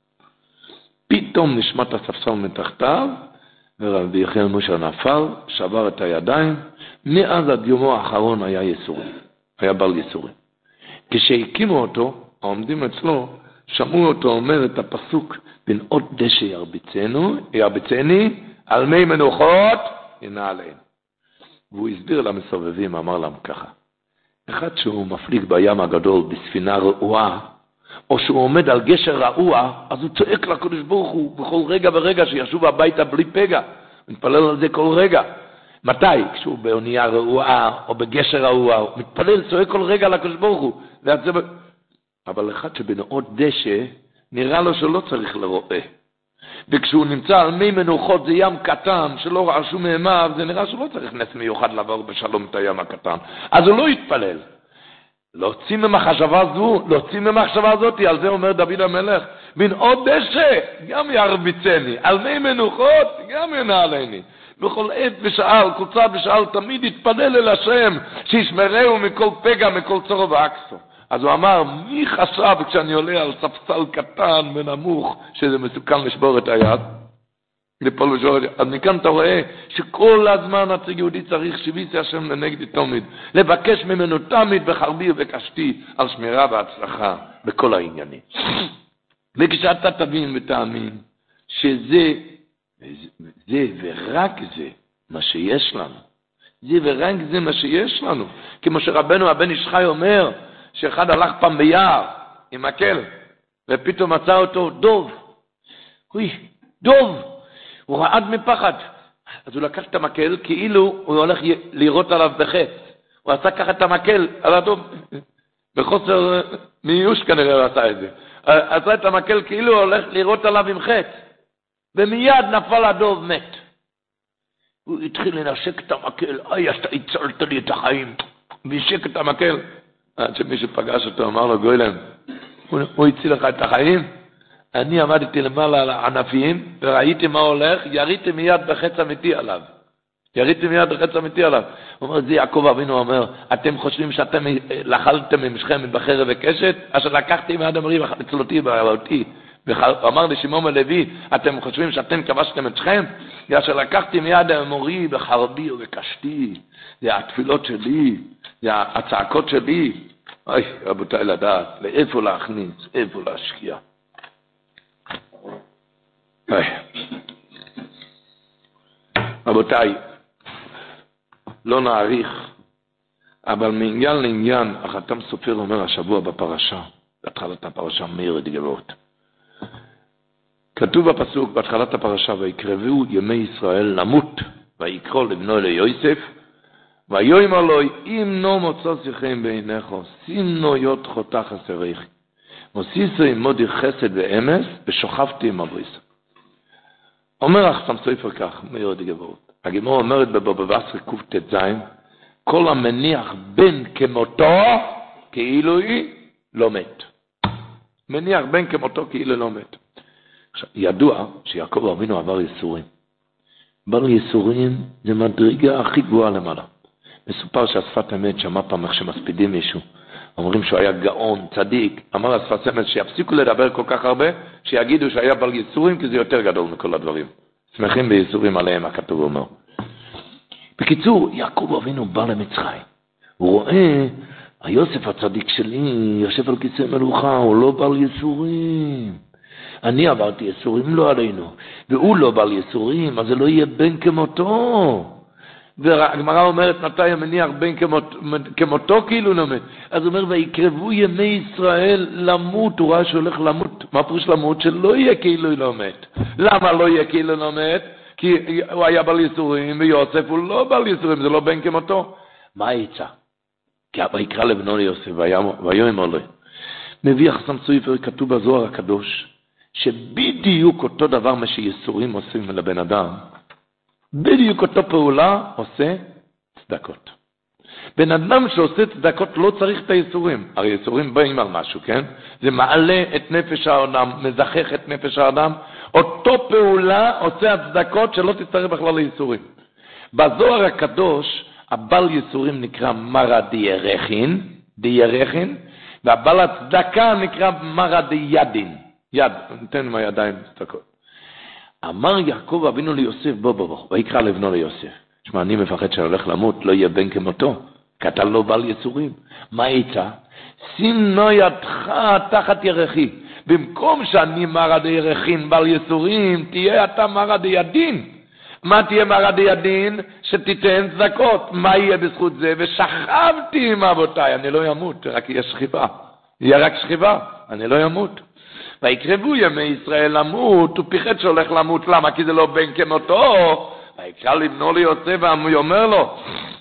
פתאום נשמט הספסל מתחתיו, ורבי יחיאל מושר נפל, שבר את הידיים, מאז עד יומו האחרון היה יסורי, היה בל יסורי. כשהקימו אותו, העומדים אצלו, שמעו אותו אומר את הפסוק, בין עוד דשא ירביצנו, ירביצני, על מי מנוחות, הנה עליהם. והוא הסביר למסובבים, אמר להם ככה, אחד שהוא מפליג בים הגדול בספינה רעועה, או שהוא עומד על גשר רעוע, אז הוא צועק לקדוש ברוך הוא בכל רגע ורגע שישוב הביתה בלי פגע, הוא מתפלל על זה כל רגע. מתי? כשהוא באונייה רעועה או בגשר רעוע, הוא מתפלל, צועק כל רגע לקדוש ברוך הוא. אבל אחד שבנאות דשא, נראה לו שלא צריך לרואה. וכשהוא נמצא על מי מנוחות, זה ים קטן, שלא רעשו מימיו, זה נראה שלא צריך נס מיוחד לעבור בשלום את הים הקטן. אז הוא לא יתפלל. להוציא ממחשבה זו, להוציא ממחשבה זאת, על זה אומר דוד המלך, מן עוד דשא, גם ירביצני, על מי מנוחות, גם ינעלני. בכל עת ושעה, על כל צד ושעה, תמיד יתפלל אל השם, שישמרהו מכל פגע, מכל צורו ואקסו. אז הוא אמר, מי חשב כשאני עולה על ספסל קטן ונמוך, שזה מסוכן לשבור את היד? לפעול ושבור את היד. אז מכאן אתה רואה שכל הזמן הצג יהודי צריך שביסי השם לנגדי תמיד, לבקש ממנו תמיד בחרבי ובקשתי על שמירה והצלחה בכל העניינים. וכשאתה תבין ותאמין שזה, זה ורק זה מה שיש לנו, זה ורק זה מה שיש לנו, כמו שרבנו הבן איש חי אומר, שאחד הלך פעם ביער עם מקל, ופתאום מצא אותו דוב. אוי, דוב! הוא רעד מפחד. אז הוא לקח את המקל, כאילו הוא הולך לירות עליו בחץ. הוא עשה ככה את המקל על הדוב. בחוסר מיוש כנראה הוא עשה את זה. עשה את המקל כאילו הוא הולך לירות עליו עם חץ. ומיד נפל הדוב מת. הוא התחיל לנשק את המקל. אוי, אתה הצלת לי את החיים. וישק את המקל. עד שמישהו פגש אותו, אמר לו, גוילם, הוא, הוא הציל לך את החיים? אני עמדתי למעלה על הענפים, וראיתי מה הולך, יריתי מיד בחץ אמיתי עליו. יריתי מיד בחץ אמיתי עליו. הוא אומר, זה יעקב אבינו אומר, אתם חושבים שאתם לחלתם ממשכם בחרב וקשת, אשר לקחתי מעד אמרי וחלצלותי ואותי. הוא אמר לשמעון הלוי, אתם חושבים שאתם כבשתם את שכם? זה אשר לקחתי מיד אמרי בחרבי ובקשתי. זה התפילות שלי, זה הצעקות שלי. אוי, רבותיי, לדעת, לאיפה להכניס, איפה להשקיע. אוי. רבותיי, לא נעריך, אבל מעניין לעניין, החתם סופר אומר השבוע בפרשה, בהתחלת הפרשה מרד גבעות. כתוב בפסוק, בהתחלת הפרשה, ויקרבו ימי ישראל למות, ויקרא לבנו ליוסף, ויאמר לו, אם נו מוצא שיכם בעיניך, שים נו יות חותה חסריך, מוסיסו עמודי חסד ואמס, ושוכבתי עם הבריס. אומר החתם סופר כך, מרד גבעות. הגמרא אומרת בבבא בתרא קט"ז, כל המניח בן כמותו, כאילו היא לא מת. מניח בן כמותו, כאילו לא מת. עכשיו, ידוע שיעקב אבינו עבר ייסורים. עבר ייסורים זה מדרגה הכי גבוהה למעלה. מסופר שהשפת אמת שמע פעם איך שמספידים מישהו. אומרים שהוא היה גאון, צדיק. אמר השפת אמת שיפסיקו לדבר כל כך הרבה, שיגידו שהיה בר ייסורים, כי זה יותר גדול מכל הדברים. שמחים בייסורים עליהם, הכתוב אומר. בקיצור, יעקב אבינו בא למצרים. הוא רואה, היוסף הצדיק שלי יושב על כיסא מלוכה, הוא לא בא לייסורים. אני עברתי ייסורים לא עלינו, והוא לא בא לייסורים, אז זה לא יהיה בן כמותו. והגמרא אומרת, מתי המניח בן כמות, כמותו כאילו נמת. אז הוא אומר, ויקרבו ימי ישראל למות, הוא ראה שהולך למות. מה פירוש למות? שלא יהיה כאילו לא מת. למה לא יהיה כאילו לא מת? כי הוא היה בעל ייסורים, ויוסף הוא לא בעל ייסורים, זה לא בן כמותו. מה היצא? כי אבא יקרא לבנו ליוסף, ויאמר לו. מביא החתם סופר, כתוב בזוהר הקדוש, שבדיוק אותו דבר מה שייסורים עושים לבן אדם, בדיוק אותו פעולה עושה צדקות. בן אדם שעושה צדקות לא צריך את הייסורים. הרי ייסורים באים על משהו, כן? זה מעלה את נפש האדם, מזכך את נפש האדם. אותו פעולה עושה הצדקות שלא תצטרך בכלל לייסורים. בזוהר הקדוש, הבעל ייסורים נקרא מרא דיירחין, דיירחין, והבעל הצדקה נקרא מרא דיידין. יד, ניתן עם הידיים צדקות. אמר יעקב אבינו ליוסף, בוא בוא בוא, ויקרא לבנו ליוסף. תשמע, אני מפחד שהולך למות, לא יהיה בן כמותו, כי אתה לא בעל יצורים. מה איתה? שים נו ידך תחת ירחי. במקום שאני מרא דיירחין בעל יצורים, תהיה אתה מרא דיידין. מה תהיה מרא דיידין? שתיתן צדקות. מה יהיה בזכות זה? ושכבתי עם אבותיי, אני לא ימות, רק יהיה שכיבה. יהיה רק שכיבה, אני לא ימות. ויקרבו ימי ישראל למות, הוא פיחד שהולך למות, למה? כי זה לא בן כמותו. ויקרא לבנו ליוסף, והוא אומר לו,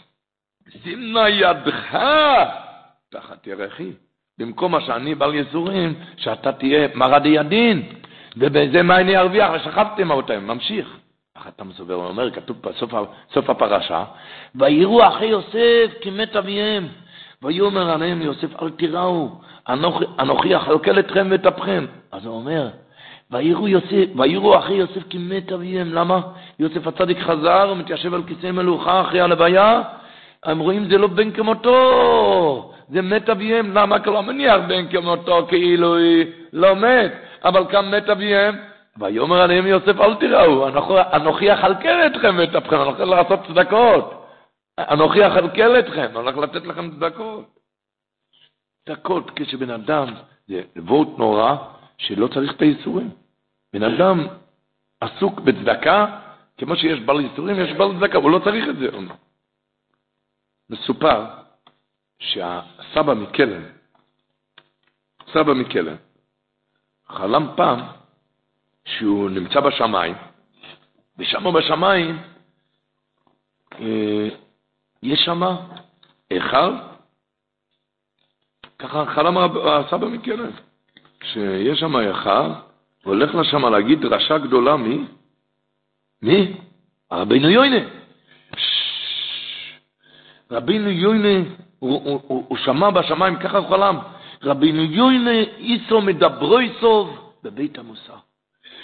שים נא ידך תחת ירחי. במקום מה שאני בעל ייסורים, שאתה תהיה מרא דיידין, ובזה מה אני ארוויח? ושכבתם אותם, ממשיך. החתם סופר אומר, כתוב בסוף סוף הפרשה, ויראו אחי יוסף כי מת אביהם, ויאמר עליהם יוסף, אל תיראו, אנוכי אכלכל אתכם וטפכם. אז הוא אומר, ויראו יוסף, ויראו אחי יוסף כי מת אביהם. למה? יוסף הצדיק חזר ומתיישב על כיסא מלוכה אחרי הלוויה. הם רואים זה לא בן כמותו, זה מת אביהם. למה? כי לא מניח בן כמותו, כאילו היא לא מת, אבל כאן מת אביהם. ויאמר עליהם יוסף, אל תיראו, אנוכי אכלכל אתכם וטפכם. אני הולך לעשות צדקות, אנוכי אכלכל אתכם, אני הולך לתת לכם צדקות. צדקות כשבן אדם, זה לבוט נורא, שלא צריך את הייסורים. בן אדם עסוק בצדקה, כמו שיש בעל ייסורים, יש בעל צדקה, הוא לא צריך את זה. מסופר שהסבא מקלן, סבא מקלן, חלם פעם שהוא נמצא בשמיים, ושם בשמיים אה, יש שם אחד, ככה חלם הסבא מקלן, שיש שם אחד, והולך לשם להגיד דרשה גדולה, מי? מי? רבינו יוינה. רבינו יוינה, הוא, הוא, הוא, הוא שמע בשמיים, ככה הוא חלם, רבינו יוינה איסו מדברוי סוב בבית המוסר.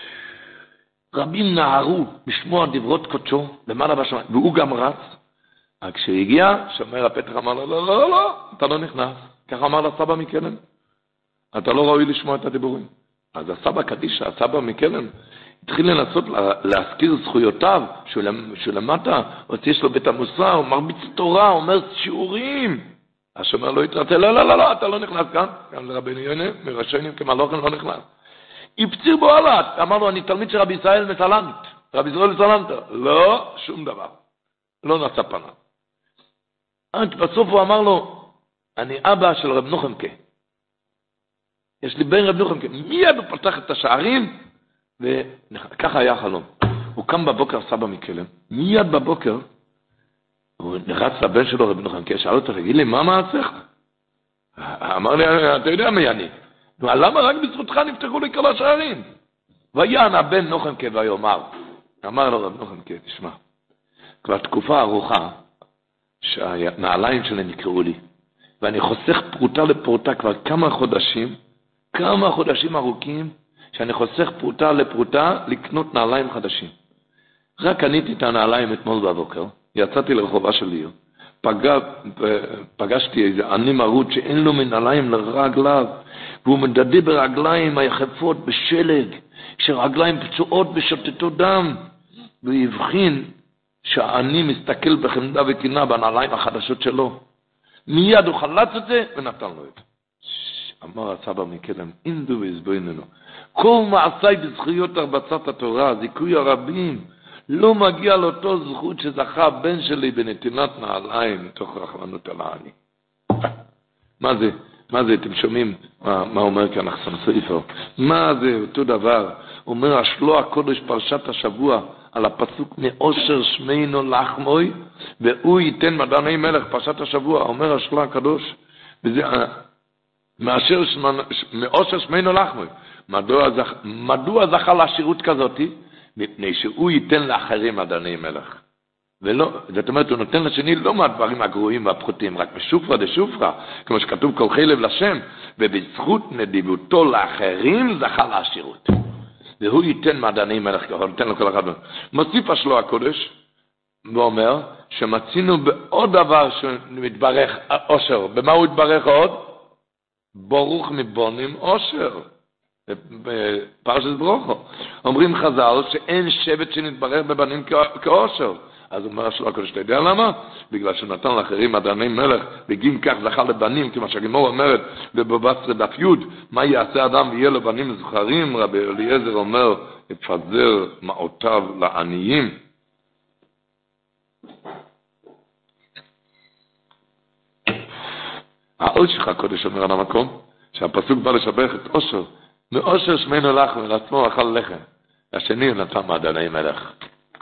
רבים נערו לשמוע דברות קודשו למעלה בשמיים, והוא גם רץ, כשהגיע, שומר הפתח אמר לו, לא, לא, לא, אתה לא נכנס. ככה אמר לסבא מקלן. אתה לא ראוי לשמוע את הדיבורים. אז הסבא קדישה, הסבא מקלן, התחיל לנסות להזכיר זכויותיו, שלמטה, יש לו בית המוסר, הוא מרביץ תורה, אומר שיעורים. השומר לא התרצה, לא, לא, לא, לא, אתה לא נכנס כאן. כאן לרבינו יונה, מרשיינים כמלוכן לא נכנס. הפציר בו עלת, אמר לו, אני תלמיד של רבי ישראל מסלנט. רבי ישראל מסלנט, לא, שום דבר. לא נשא פניו. עד בסוף הוא אמר לו, אני אבא של רב נוחמקה. יש לי בן רב נוחמקה. מיד הוא פתח את השערים, וככה היה חלום. הוא קם בבוקר, סבא מקלם, מיד בבוקר, הוא נחץ לבן שלו רב נוחמקה, שאל אותו, תגיד לי, מה מעשיך? אמר לי, אתה יודע מי אני? למה רק בזכותך נפתחו לי כל השערים? ויען הבן נוחמקה ויאמר, אמר לו רב נוחמקה, תשמע, כבר תקופה ארוכה, שהנעליים שלי נקראו לי, ואני חוסך פרוטה לפרוטה כבר כמה חודשים, כמה חודשים ארוכים, שאני חוסך פרוטה לפרוטה לקנות נעליים חדשים. רק קניתי את הנעליים אתמול בבוקר, יצאתי לרחובה של עיר, פגע, פגשתי איזה עני מרות שאין לו מנעליים לרגליו, והוא מדדה ברגליים היחפות בשלג, שרגליים פצועות ושותתו דם, והוא הבחין שהעני מסתכל בחמדה וקינה בנעליים החדשות שלו. מיד הוא חלץ את זה ונתן לו את זה. אמר הסבא מקלם, אינדו והסבויננו, כל מעשי בזכויות הרבצת התורה, זיכוי הרבים, לא מגיע לאותו זכות שזכה בן שלי בנתינת נעליים מתוך רחמנות על העני. מה זה? מה זה? אתם שומעים מה, מה אומר כאן אחסן סופר? מה זה? אותו דבר. אומר השלוע הקודש פרשת השבוע על הפסוק מאושר שמיינו לחמוי, והוא ייתן מדעני מלך פרשת השבוע. אומר השלוע הקדוש, וזה, מאשר מאושר שמיינו לחמוי. מדוע, זכ, מדוע זכה לעשירות כזאת? מפני שהוא ייתן לאחרים מדעני מלך. ולא, זאת אומרת, הוא נותן לשני לא מהדברים הגרועים והפחותים, רק בשופרה דשופרה, כמו שכתוב כל חילב לשם, ובזכות נדיבותו לאחרים זכה לעשירות. והוא ייתן מדעני מלך, הוא נותן לו כל אחד. מוסיף השלוע הקודש, ואומר, שמצינו בעוד דבר שמתברך אושר. במה הוא התברך עוד? ברוך מבונים אושר. בפרשת ברוכו. אומרים חז"ל שאין שבט שנתברך בבנים כאושר. אז הוא אומר השלוע הקודש, אתה יודע למה? בגלל שנתן לאחרים מדעני מלך, בגין כך זכה לבנים, כמו שהגמרא אומרת, ובבבא דף י', מה יעשה אדם ויהיה לו בנים זכרים? רבי אליעזר אומר, יפזר מעותיו לעניים. האושר הקודש אומר על המקום, שהפסוק בא לשבח את אושר, מאושר שמיינו לחם, לעצמו אכל לחם. השני הוא נתן מדעני מלך.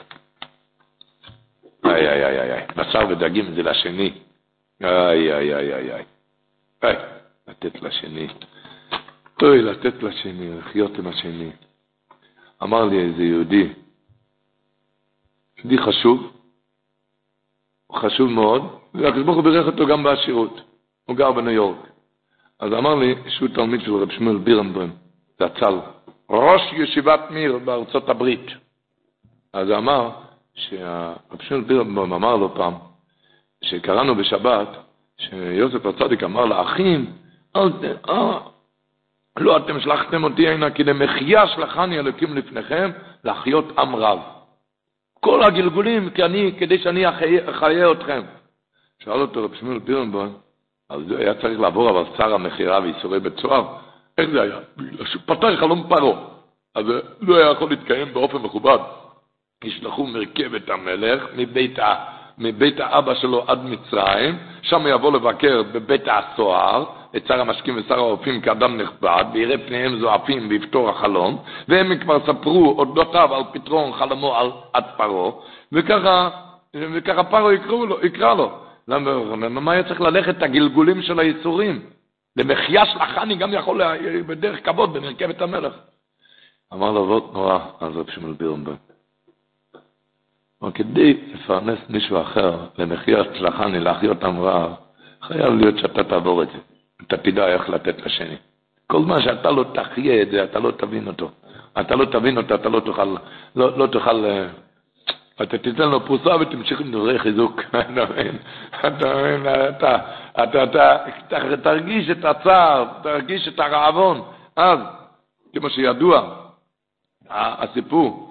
איי, איי, איי, איי. בשר ודגים זה לשני. איי, איי, איי, איי, איי. איי, לתת לשני. אוי, לתת לשני, לחיות עם השני. אמר לי איזה יהודי, יהודי חשוב, הוא חשוב מאוד, והקדוש ברוך הוא בירך אותו גם בעשירות. הוא גר בניו יורק. אז אמר לי שהוא תלמיד של רב שמואל בירנבוים, זה הצל, ראש ישיבת מיר בארצות הברית. אז הוא אמר, שהרב שמואל בירנבוים אמר לו פעם, שקראנו בשבת, שיוסף הצדיק אמר לאחים, אל ת... אה, לא אתם שלחתם אותי הנה, כי למחיה שלחני אלוקים לפניכם, להחיות עם רב. כל הגלגולים, כי אני, כדי שאני אחיה אתכם. שאל אותו רב שמואל בירנבוים, אז זה היה צריך לעבור אבל שר המחירה ויסורי בית סוהר. איך זה היה? בגלל שהוא פתר חלום פרו. אז לא היה יכול להתקיים באופן מכובד. ישלחו מרכבת המלך מבית, ה... מבית האבא שלו עד מצרים, שם יבוא לבקר בבית הסוהר, את שר המשקים ושר האופים כאדם נכבד, ויראה פניהם זועפים ויפתור החלום, והם כבר ספרו אודותיו על פתרון חלמו על עד פרו, וככה, וככה פרו יקראו לו, יקרא לו. למה, מה היה צריך ללכת את הגלגולים של היצורים? למחיה שלחני גם יכול בדרך כבוד במרכבת המלך. אמר לו, וות נורא, אז רב שמואל בירנבוים. אבל כדי לפרנס מישהו אחר, למחיה שלחני, להחיות עם רב, חייב להיות שאתה תעבור את זה. אתה תדע איך לתת לשני. כל מה שאתה לא תחיה את זה, אתה לא תבין אותו. אתה לא תבין אותו, אתה לא תוכל, לא, לא תוכל אתה תיתן לו פרוסה ותמשיך עם דברי חיזוק. אתה מבין? אתה מבין? אתה, אתה, אתה, אתה תרגיש את הצער, תרגיש את הרעבון. אז, כמו שידוע, הסיפור,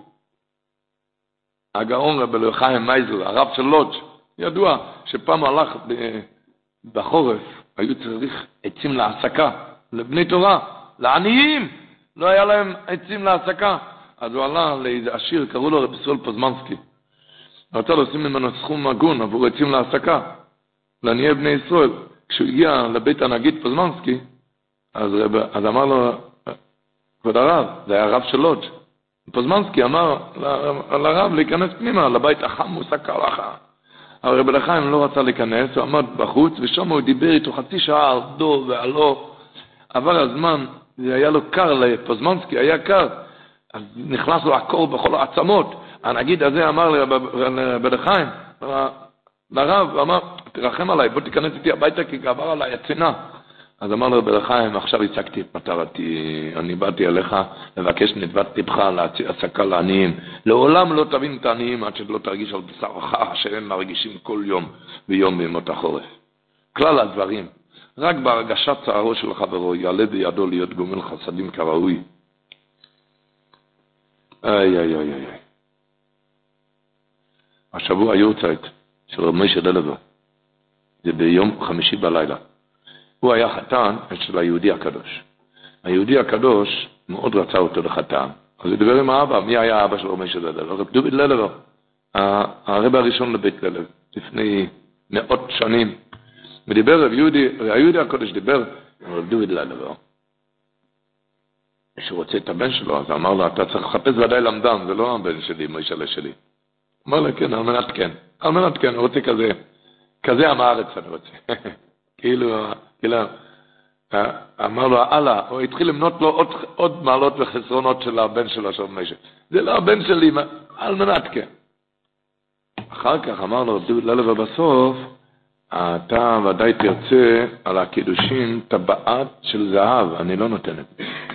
הגאון רבי לחיים מייזל, הרב של לודג', ידוע שפעם הלך בחורף, היו צריך עצים להעסקה, לבני תורה, לעניים, לא היה להם עצים להעסקה. אז הוא עלה לאיזה עשיר, קראו לו רב ישראל פוזמנסקי. רצה לשים ממנו סכום הגון עבור עצים להעסקה, לעניי בני ישראל. כשהוא הגיע לבית הנגיד פוזמנסקי, אז, אז אמר לו, כבוד הרב, זה היה הרב של לודג'. פוזמנסקי אמר לרב להיכנס פנימה, לבית החם הוא סקר לך. אבל רבי לחיים לא רצה להיכנס, הוא עמד בחוץ, ושם הוא דיבר איתו חצי שעה על דו ועלו. עבר הזמן, זה היה לו קר לפוזמנסקי, היה קר. אז נכנס לו הקור בכל העצמות. הנגיד הזה אמר לרבי לחיים, לרב, אמר, תרחם עליי, בוא תיכנס איתי הביתה, כי עבר עליי הצינה. אז אמר לו רבי לחיים, עכשיו הצגתי את מטרתי, אני באתי אליך לבקש נדבת טיפך להעסקה לעניים. לעולם לא תבין את העניים עד שלא תרגיש על בשרך שהם מרגישים כל יום ויום בימות החורף. כלל הדברים, רק בהרגשת צערו של חברו יעלה בידו להיות גומל חסדים כראוי. איי איי איי איי. השבוע יורצייט של רב משה ללבר, זה ביום חמישי בלילה. הוא היה חתן של היהודי הקדוש. היהודי הקדוש מאוד רצה אותו לחתן. אז הוא דיבר עם האבא. מי היה האבא של רב משה ללבר? רב דוד ללבר, הרב הראשון לבית ללבר, לפני מאות שנים. ודיבר רב יהודי, היהודי הקדוש דיבר עם רב דוד ללבר. שהוא רוצה את הבן שלו, אז אמר לו, אתה צריך לחפש ודאי למדם, זה לא הבן שלי, מוישלה שלי. אמר לו, כן, על מנת כן. על מנת כן, הוא רוצה כזה, כזה עם הארץ אני רוצה. כאילו, כאילו, אמר לו, אללה, הוא התחיל למנות לו עוד, עוד מעלות וחסרונות של הבן שלו, של משה. זה לא הבן שלי, על מנת כן. אחר כך אמר לו, דוד ללבר בסוף, אתה ודאי תרצה על הקידושים טבעת של זהב, אני לא נותנת.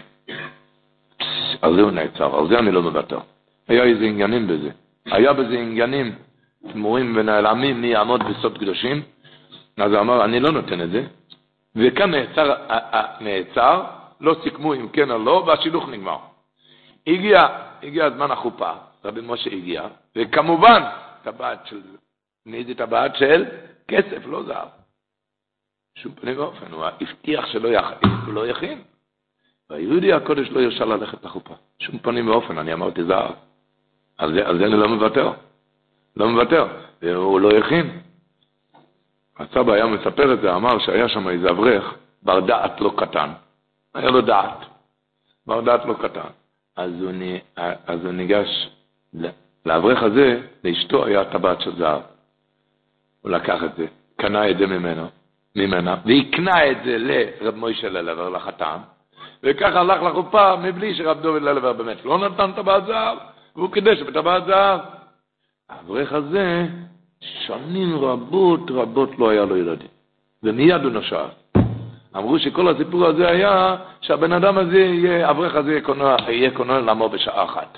על זה הוא נעצר, על זה אני לא מבטר. היה איזה עניינים בזה. היה בזה עניינים תמורים ונעלמים מי יעמוד בסוד קדושים, אז הוא אמר, אני לא נותן את זה. וכאן נעצר, נעצר, לא סיכמו אם כן או לא, והשילוך נגמר. הגיע, הגיע הזמן החופה, רבי משה הגיע, וכמובן, טבעת של, נהיית טבעת של כסף, לא זהב. שום פנים ואופן, הוא הבטיח שלא יכין, הוא לא יכין. והיהודי הקודש לא ירשה ללכת לחופה. שום פנים ואופן, אני אמרתי זהב. על זה, על זה אני לא מוותר. לא מוותר. והוא לא יכין. הסבא היה מספר את זה, אמר שהיה שם איזה אברך, בר דעת לא קטן. היה לו דעת. בר דעת לא קטן. אז הוא, אז הוא ניגש לאברך הזה, לאשתו היה טבעת של זהב. הוא לקח את זה, קנה את זה ממנו, ממנה, והקנה את זה לרב משה ללבר, לחתן, וכך הלך לחופה מבלי שרב דוד ללבר באמת לא נתן טבעת זהב, והוא קידש בטבעת זהב. האברך הזה, שנים רבות רבות לא היה לו ילדים. ומיד הוא נשאר. אמרו שכל הסיפור הזה היה שהבן אדם הזה יהיה, האברך הזה יהיה קונה, יהיה קונה לעמו בשעה אחת.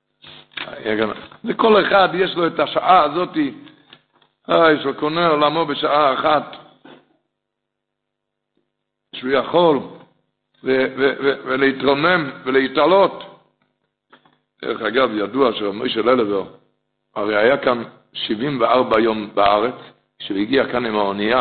וכל אחד יש לו את השעה הזאת, אה, יש לו קונה לעמו בשעה אחת, שהוא יכול ולהתרומם ולהתעלות. דרך אגב, ידוע שרב משה ללבר, הרי היה כאן שבעים וארבעה יום בארץ, כשהוא הגיע כאן עם האונייה,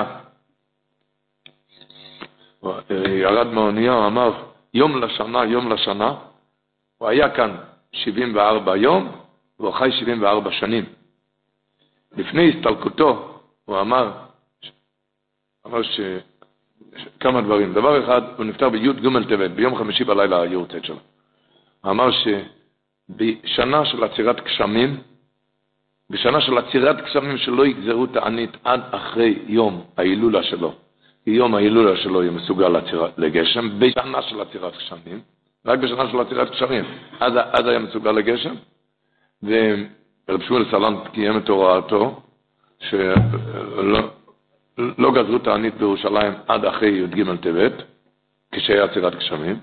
ירד מהאונייה, הוא אמר, יום לשנה, יום לשנה, הוא היה כאן שבעים וארבעה יום, והוא חי שבעים וארבע שנים. לפני הסתלקותו, הוא אמר, אמר ש... כמה דברים. דבר אחד, הוא נפטר בי' ג' טבת, ביום חמישי בלילה היורצייט שלו. הוא אמר שבשנה של עצירת גשמים, בשנה של עצירת גשמים שלא יגזרו תענית עד אחרי יום ההילולה שלו, יום ההילולה שלו יהיה מסוגל לגשם, בשנה של עצירת גשמים, רק בשנה של עצירת גשמים, אז, אז היה מסוגל לגשם, ורב שמואל סלנט קיים את הוראתו, שלא לא גזרו תענית בירושלים עד אחרי י"ג טבת, כשהיה עצירת גשמים,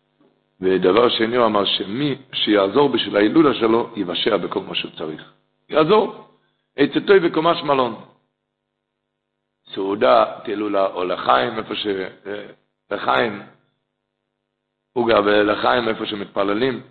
ודבר שני הוא אמר שמי שיעזור בשביל ההילולה שלו, יבשע בכל מה שהוא צריך. יעזור. עצתוי וקומש מלון. סעודה, תהלו לה, או לחיים, איפה ש... לחיים, הוא גר לחיים, איפה שמתפללים.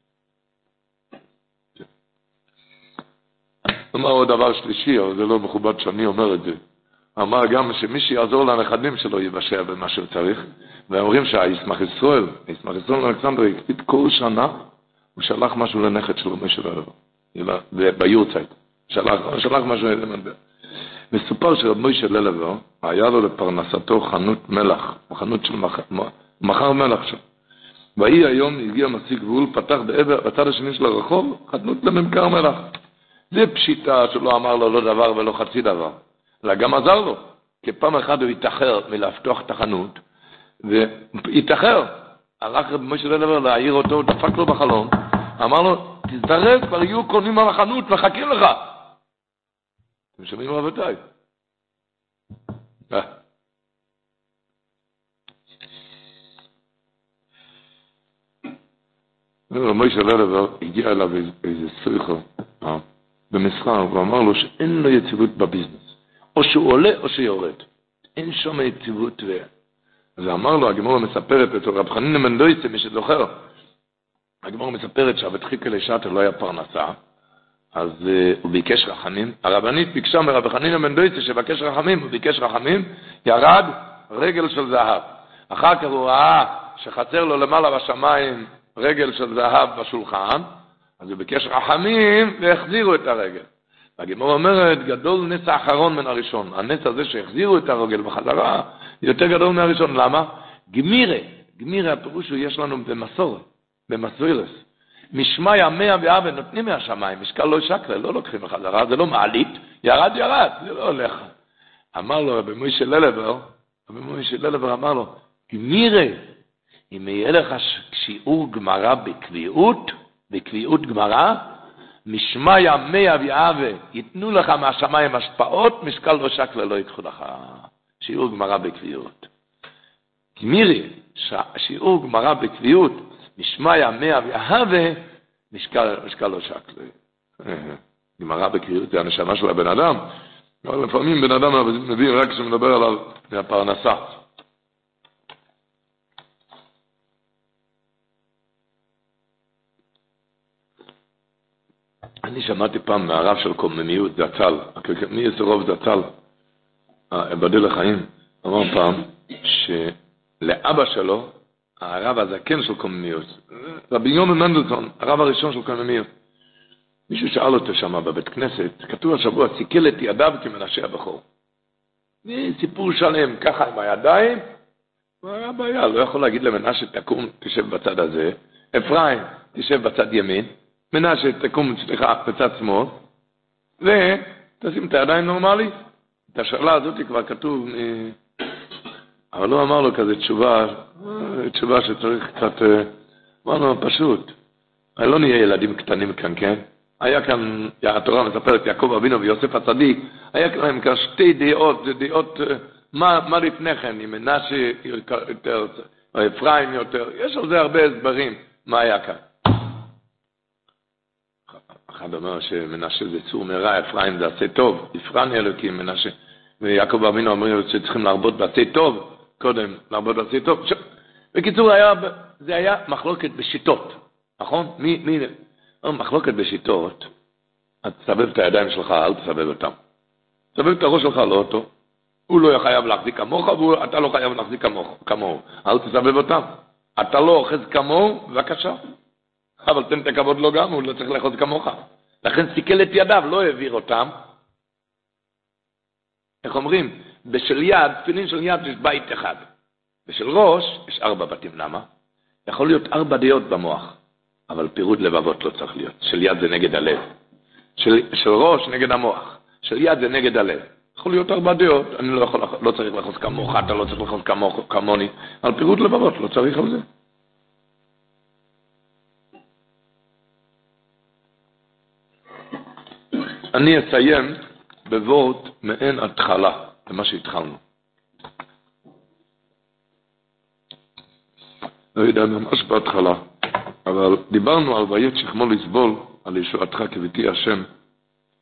אומר עוד דבר שלישי, אבל זה לא מכובד שאני אומר את זה. אמר גם שמי שיעזור לנכדים שלו יבשע במה שהוא צריך, ואומרים שהישמח ישראל, הישמח ישראל אלכסנדרי, הקפיד כל שנה, הוא שלח משהו לנכד שלו, משהו ללבר, ביורצייט, שלח, שלח משהו ללבר. מסופר שרב מוישה ללבר, היה לו לפרנסתו חנות מלח, חנות של מח... מחר מלח שם. והיא היום הגיע מסיק גבול, פתח בעבר, בצד השני של הרחוב, חנות לממכר מלח. זה פשיטה שלא אמר לו לא דבר ולא חצי דבר. אלא גם עזר לו, כי פעם אחת הוא התאחר מלהפתוח את החנות, והתאחר, הלך רב מוישה ללבר להעיר אותו, דפק לו בחלום, אמר לו, תזדרז, כבר יהיו קונים על החנות, מחכים לך. אתם שומעים רבותיי? אה. רב מוישה ללבר הגיע אליו איזה סויכו, במסחר, ואמר לו שאין לו יציבות בביזנס. או שהוא עולה או שיורד. אין שום יציבות. ו... אז אמר לו, הגמורה מספרת, את רב חנינא בן דויסה, מי שזוכר, הגמורה מספרת שהבתחיק אלי שעתר לא היה פרנסה, אז uh, הוא ביקש רחמים, הרבנית ביקשה מרב חנינא בן דויסה שבקש רחמים, הוא ביקש רחמים, ירד רגל של זהב. אחר כך הוא ראה שחצר לו למעלה בשמיים רגל של זהב בשולחן, אז הוא ביקש רחמים והחזירו את הרגל. הגמרא אומרת, גדול נס האחרון מן הראשון. הנס הזה שהחזירו את הרגל בחזרה, יותר גדול מהראשון. למה? גמירה. גמירה, הפירוש הוא יש לנו במסורת, במסוירס. משמע ימיה ואבן נותנים מהשמיים, משקל לא שקלה, לא לוקחים בחזרה, זה לא מעלית, ירד ירד, זה לא הולך. אמר לו, רבי מוישה ללבר, רבי מוישה ללבר אמר לו, גמירה, אם יהיה לך שיעור גמרא בקביעות, בקביעות גמרא, משמע ימיה ואבה ייתנו לך מהשמיים השפעות, משקל לא שקלה לא ייקחו לך. שיעור גמרא בקביעות. גמירי, שיעור גמרא בקביעות, משמע ימיה ואבה, משקל, משקל לא שקלה. גמרא בקביעות זה הנשמה של הבן אדם, אבל לפעמים בן אדם מבין רק כשמדבר עליו מהפרנסה. אני שמעתי פעם מהרב של קוממיות זצ"ל, מי יסרוב זצ"ל, בדל החיים, אמר פעם שלאבא שלו, הרב הזקן של קוממיות, רבי יומי מנדלסון, הרב הראשון של קוממיות, מישהו שאל אותו שם בבית כנסת, כתוב השבוע, סיכל את ידיו כמנשה הבכור. זה סיפור שלם, ככה עם הידיים, והיה בעיה, לא יכול להגיד למנשה, תקום, תשב בצד הזה, אפרים, תשב בצד ימין, מנשה תקום אצלך בצד שמאל, ותשים את הידיים נורמלי. את השאלה הזאת כבר כתוב, אבל לא אמר לו כזה תשובה, תשובה שצריך קצת, אמרנו פשוט, לא נהיה ילדים קטנים כאן, כן? היה כאן, התורה מספרת, יעקב אבינו ויוסף הצדיק, היה כאן כאן שתי דעות, זה דעות, מה, מה לפני כן, אם מנשה יותר, או אפרים יותר, יש על זה הרבה הסברים, מה היה כאן. אחד אומר שמנשה זה צור מרע, אפרים זה עשה טוב, אפרני אלוקים מנשה, ויעקב אבינו אומר שצריכים להרבות בעשה טוב, קודם להרבות בעשה טוב. ש... בקיצור, היה, זה היה מחלוקת בשיטות, נכון? מי, מי, מחלוקת בשיטות, את תסבב את הידיים שלך, אל תסבב אותם. תסבב את הראש שלך, לא אותו. הוא לא חייב להחזיק כמוך, ואתה לא חייב להחזיק כמוהו. אל תסבב אותם. אתה לא אוחז כמוהו, בבקשה. אבל תן את הכבוד לו גם, הוא לא צריך לאחוז כמוך. לכן סיכל את ידיו, לא העביר אותם. איך אומרים? בשל יד, תפילין של יד יש בית אחד. בשל ראש יש ארבע בתים. למה? יכול להיות ארבע דעות במוח, אבל פירוד לבבות לא צריך להיות. של יד זה נגד הלב. של, של ראש נגד המוח. של יד זה נגד הלב. יכול להיות ארבע דעות, אני לא, יכול, לא צריך לאחוז כמוך, אתה לא צריך לאחוז כמוך, כמוני. אבל פירוד לבבות לא צריך על זה. אני אסיים בוורט מעין התחלה, זה מה שהתחלנו. לא יודע ממש בהתחלה, אבל דיברנו על ויית שכמו לסבול, על ישועתך כביתי השם,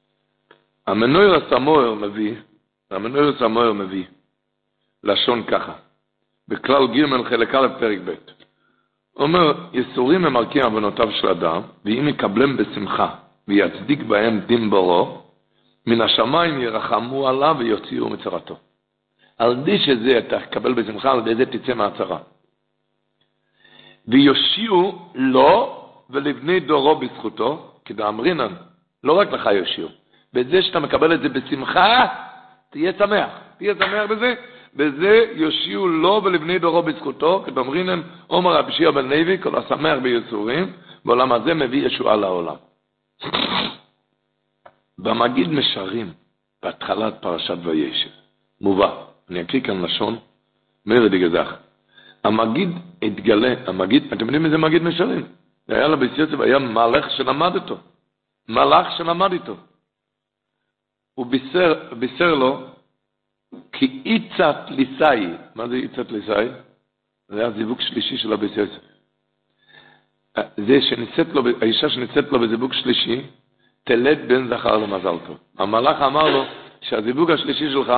המנויר הסמואר מביא, המנויר הסמואר מביא, לשון ככה, בכלל ג' חלק א' פרק ב'. אומר, יסורים הם מרכיבים עוונותיו של אדם, ואם יקבלם בשמחה, ויצדיק בהם דין בורו, מן השמיים ירחמו עליו ויוציאו מצרתו. על די שזה אתה תקבל בשמחה, על די זה תצא מהצרה. ויושיעו לו ולבני דורו בזכותו, כדאמרינן, לא רק לך יושיעו, בזה שאתה מקבל את זה בשמחה, תהיה שמח, תהיה שמח בזה, בזה יושיעו לו ולבני דורו בזכותו, כדאמרינן, אומר רבי שיעה בן לוי, כל השמח ביסורים, בעולם הזה מביא ישועה לעולם. במגיד משרים, בהתחלת פרשת וישב, מובא, אני אקריא כאן לשון, מרד גזח. המגיד התגלה, המגיד, אתם יודעים איזה מגיד משרים? היה לו ביסיוסף, היה מלך שלמד אותו. מלאך שלמד איתו. הוא בישר, בישר לו, כי איצת ליסאי, מה זה איצת ליסאי? זה היה זיווג שלישי של הביסיוסף. זה שניסית לו, האישה שניסית לו בזיווג שלישי, תלד בן זכר למזל טוב. המלאך אמר לו, שהזיווג השלישי שלך,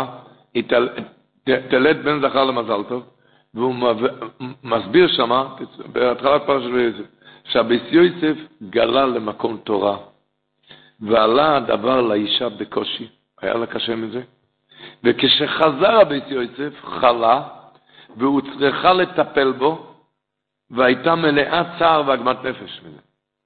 תלד בן זכר למזל טוב, והוא מסביר שמה, בהתחלת פרשת וישב, שהביס יוסף גלה למקום תורה, ועלה הדבר לאישה בקושי, היה לה קשה מזה, וכשחזר הביס יוסף חלה, והוא צריכה לטפל בו, והייתה מלאה צער ועגמת נפש מזה.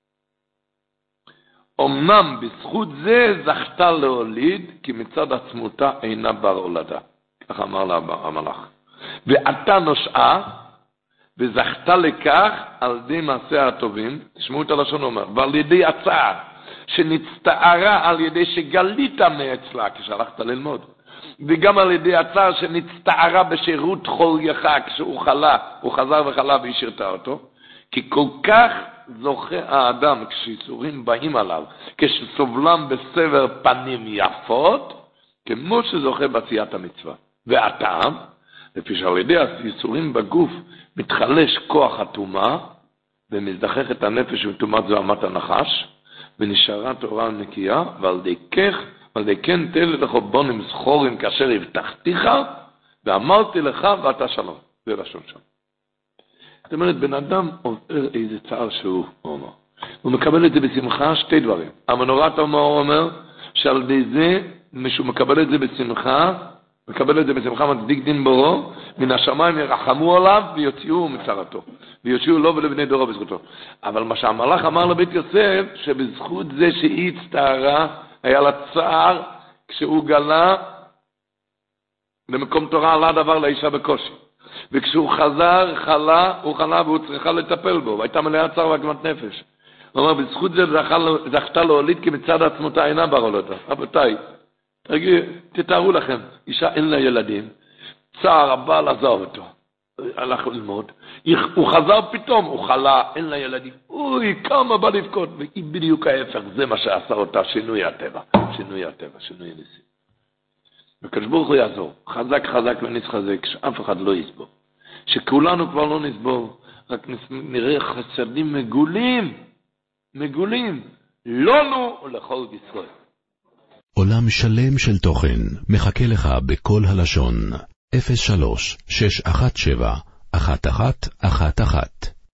אמנם בזכות זה זכתה להוליד, כי מצד עצמותה אינה בר הולדה. כך אמר לה המלאך. ואתה נושעה, וזכתה לכך על ידי מעשיה הטובים, תשמעו את הלשון אומר, ועל ידי הצער, שנצטערה על ידי שגלית מאצלה, כשהלכת ללמוד, וגם על ידי הצער שנצטערה בשירות חולייך, כשהוא חלה, הוא חזר וחלה והשארתה אותו, כי כל כך זוכה האדם כשיצורים באים עליו, כשסובלם בסבר פנים יפות, כמו שזוכה בעשיית המצווה. והטעם, לפי שעל ידי היצורים בגוף מתחלש כוח התאומה, ומזדחך את הנפש ותאומת זוהמת הנחש, ונשארה תורה נקייה, ועל די כך, ועל די כן תל לך בונים זכורים כאשר הבטחתיך, ואמרתי לך ואתה שלום. זה לשון שם. זאת אומרת, בן אדם עובר איזה צער שהוא אומר. הוא מקבל את זה בשמחה, שתי דברים. המנורת המאור אומר, שעל די זה, משהו מקבל את זה בשמחה, מקבל את זה בשמחה, מצדיק דין בורו, מן השמיים ירחמו עליו ויוציאו מצרתו. ויוציאו לו ולבני דורו בזכותו. אבל מה שהמלאך אמר לבית יוסף, שבזכות זה שהיא הצטערה, היה לה צער, כשהוא גלה, למקום תורה עלה דבר לאישה בקושי. וכשהוא חזר, חלה, הוא חלה והוא צריכה לטפל בו, והייתה מלאה צער ועגמת נפש. הוא אומר, בזכות זה זכתה להוליד, כי מצד עצמותה אינה בר הולדה. רבותיי, תגיד, תתארו לכם, אישה אין לה ילדים, צער הבעל עזב אותו, הלך ללמוד, הוא חזר פתאום, הוא חלה, אין לה ילדים, אוי, כמה בא לבכות, והיא בדיוק ההפך, זה מה שעשה אותה, שינוי הטבע, שינוי הטבע, שינוי הניסים. הקדוש ברוך הוא יעזור, חזק חזק ונתחזק, שאף אחד לא יסבור, שכולנו כבר לא נסבור, רק נראה חסדים מגולים, מגולים, לנו ולכל ישראל. עולם שלם של תוכן מחכה לך בכל הלשון, אפס שלוש שש אחת שבע אחת אחת אחת אחת.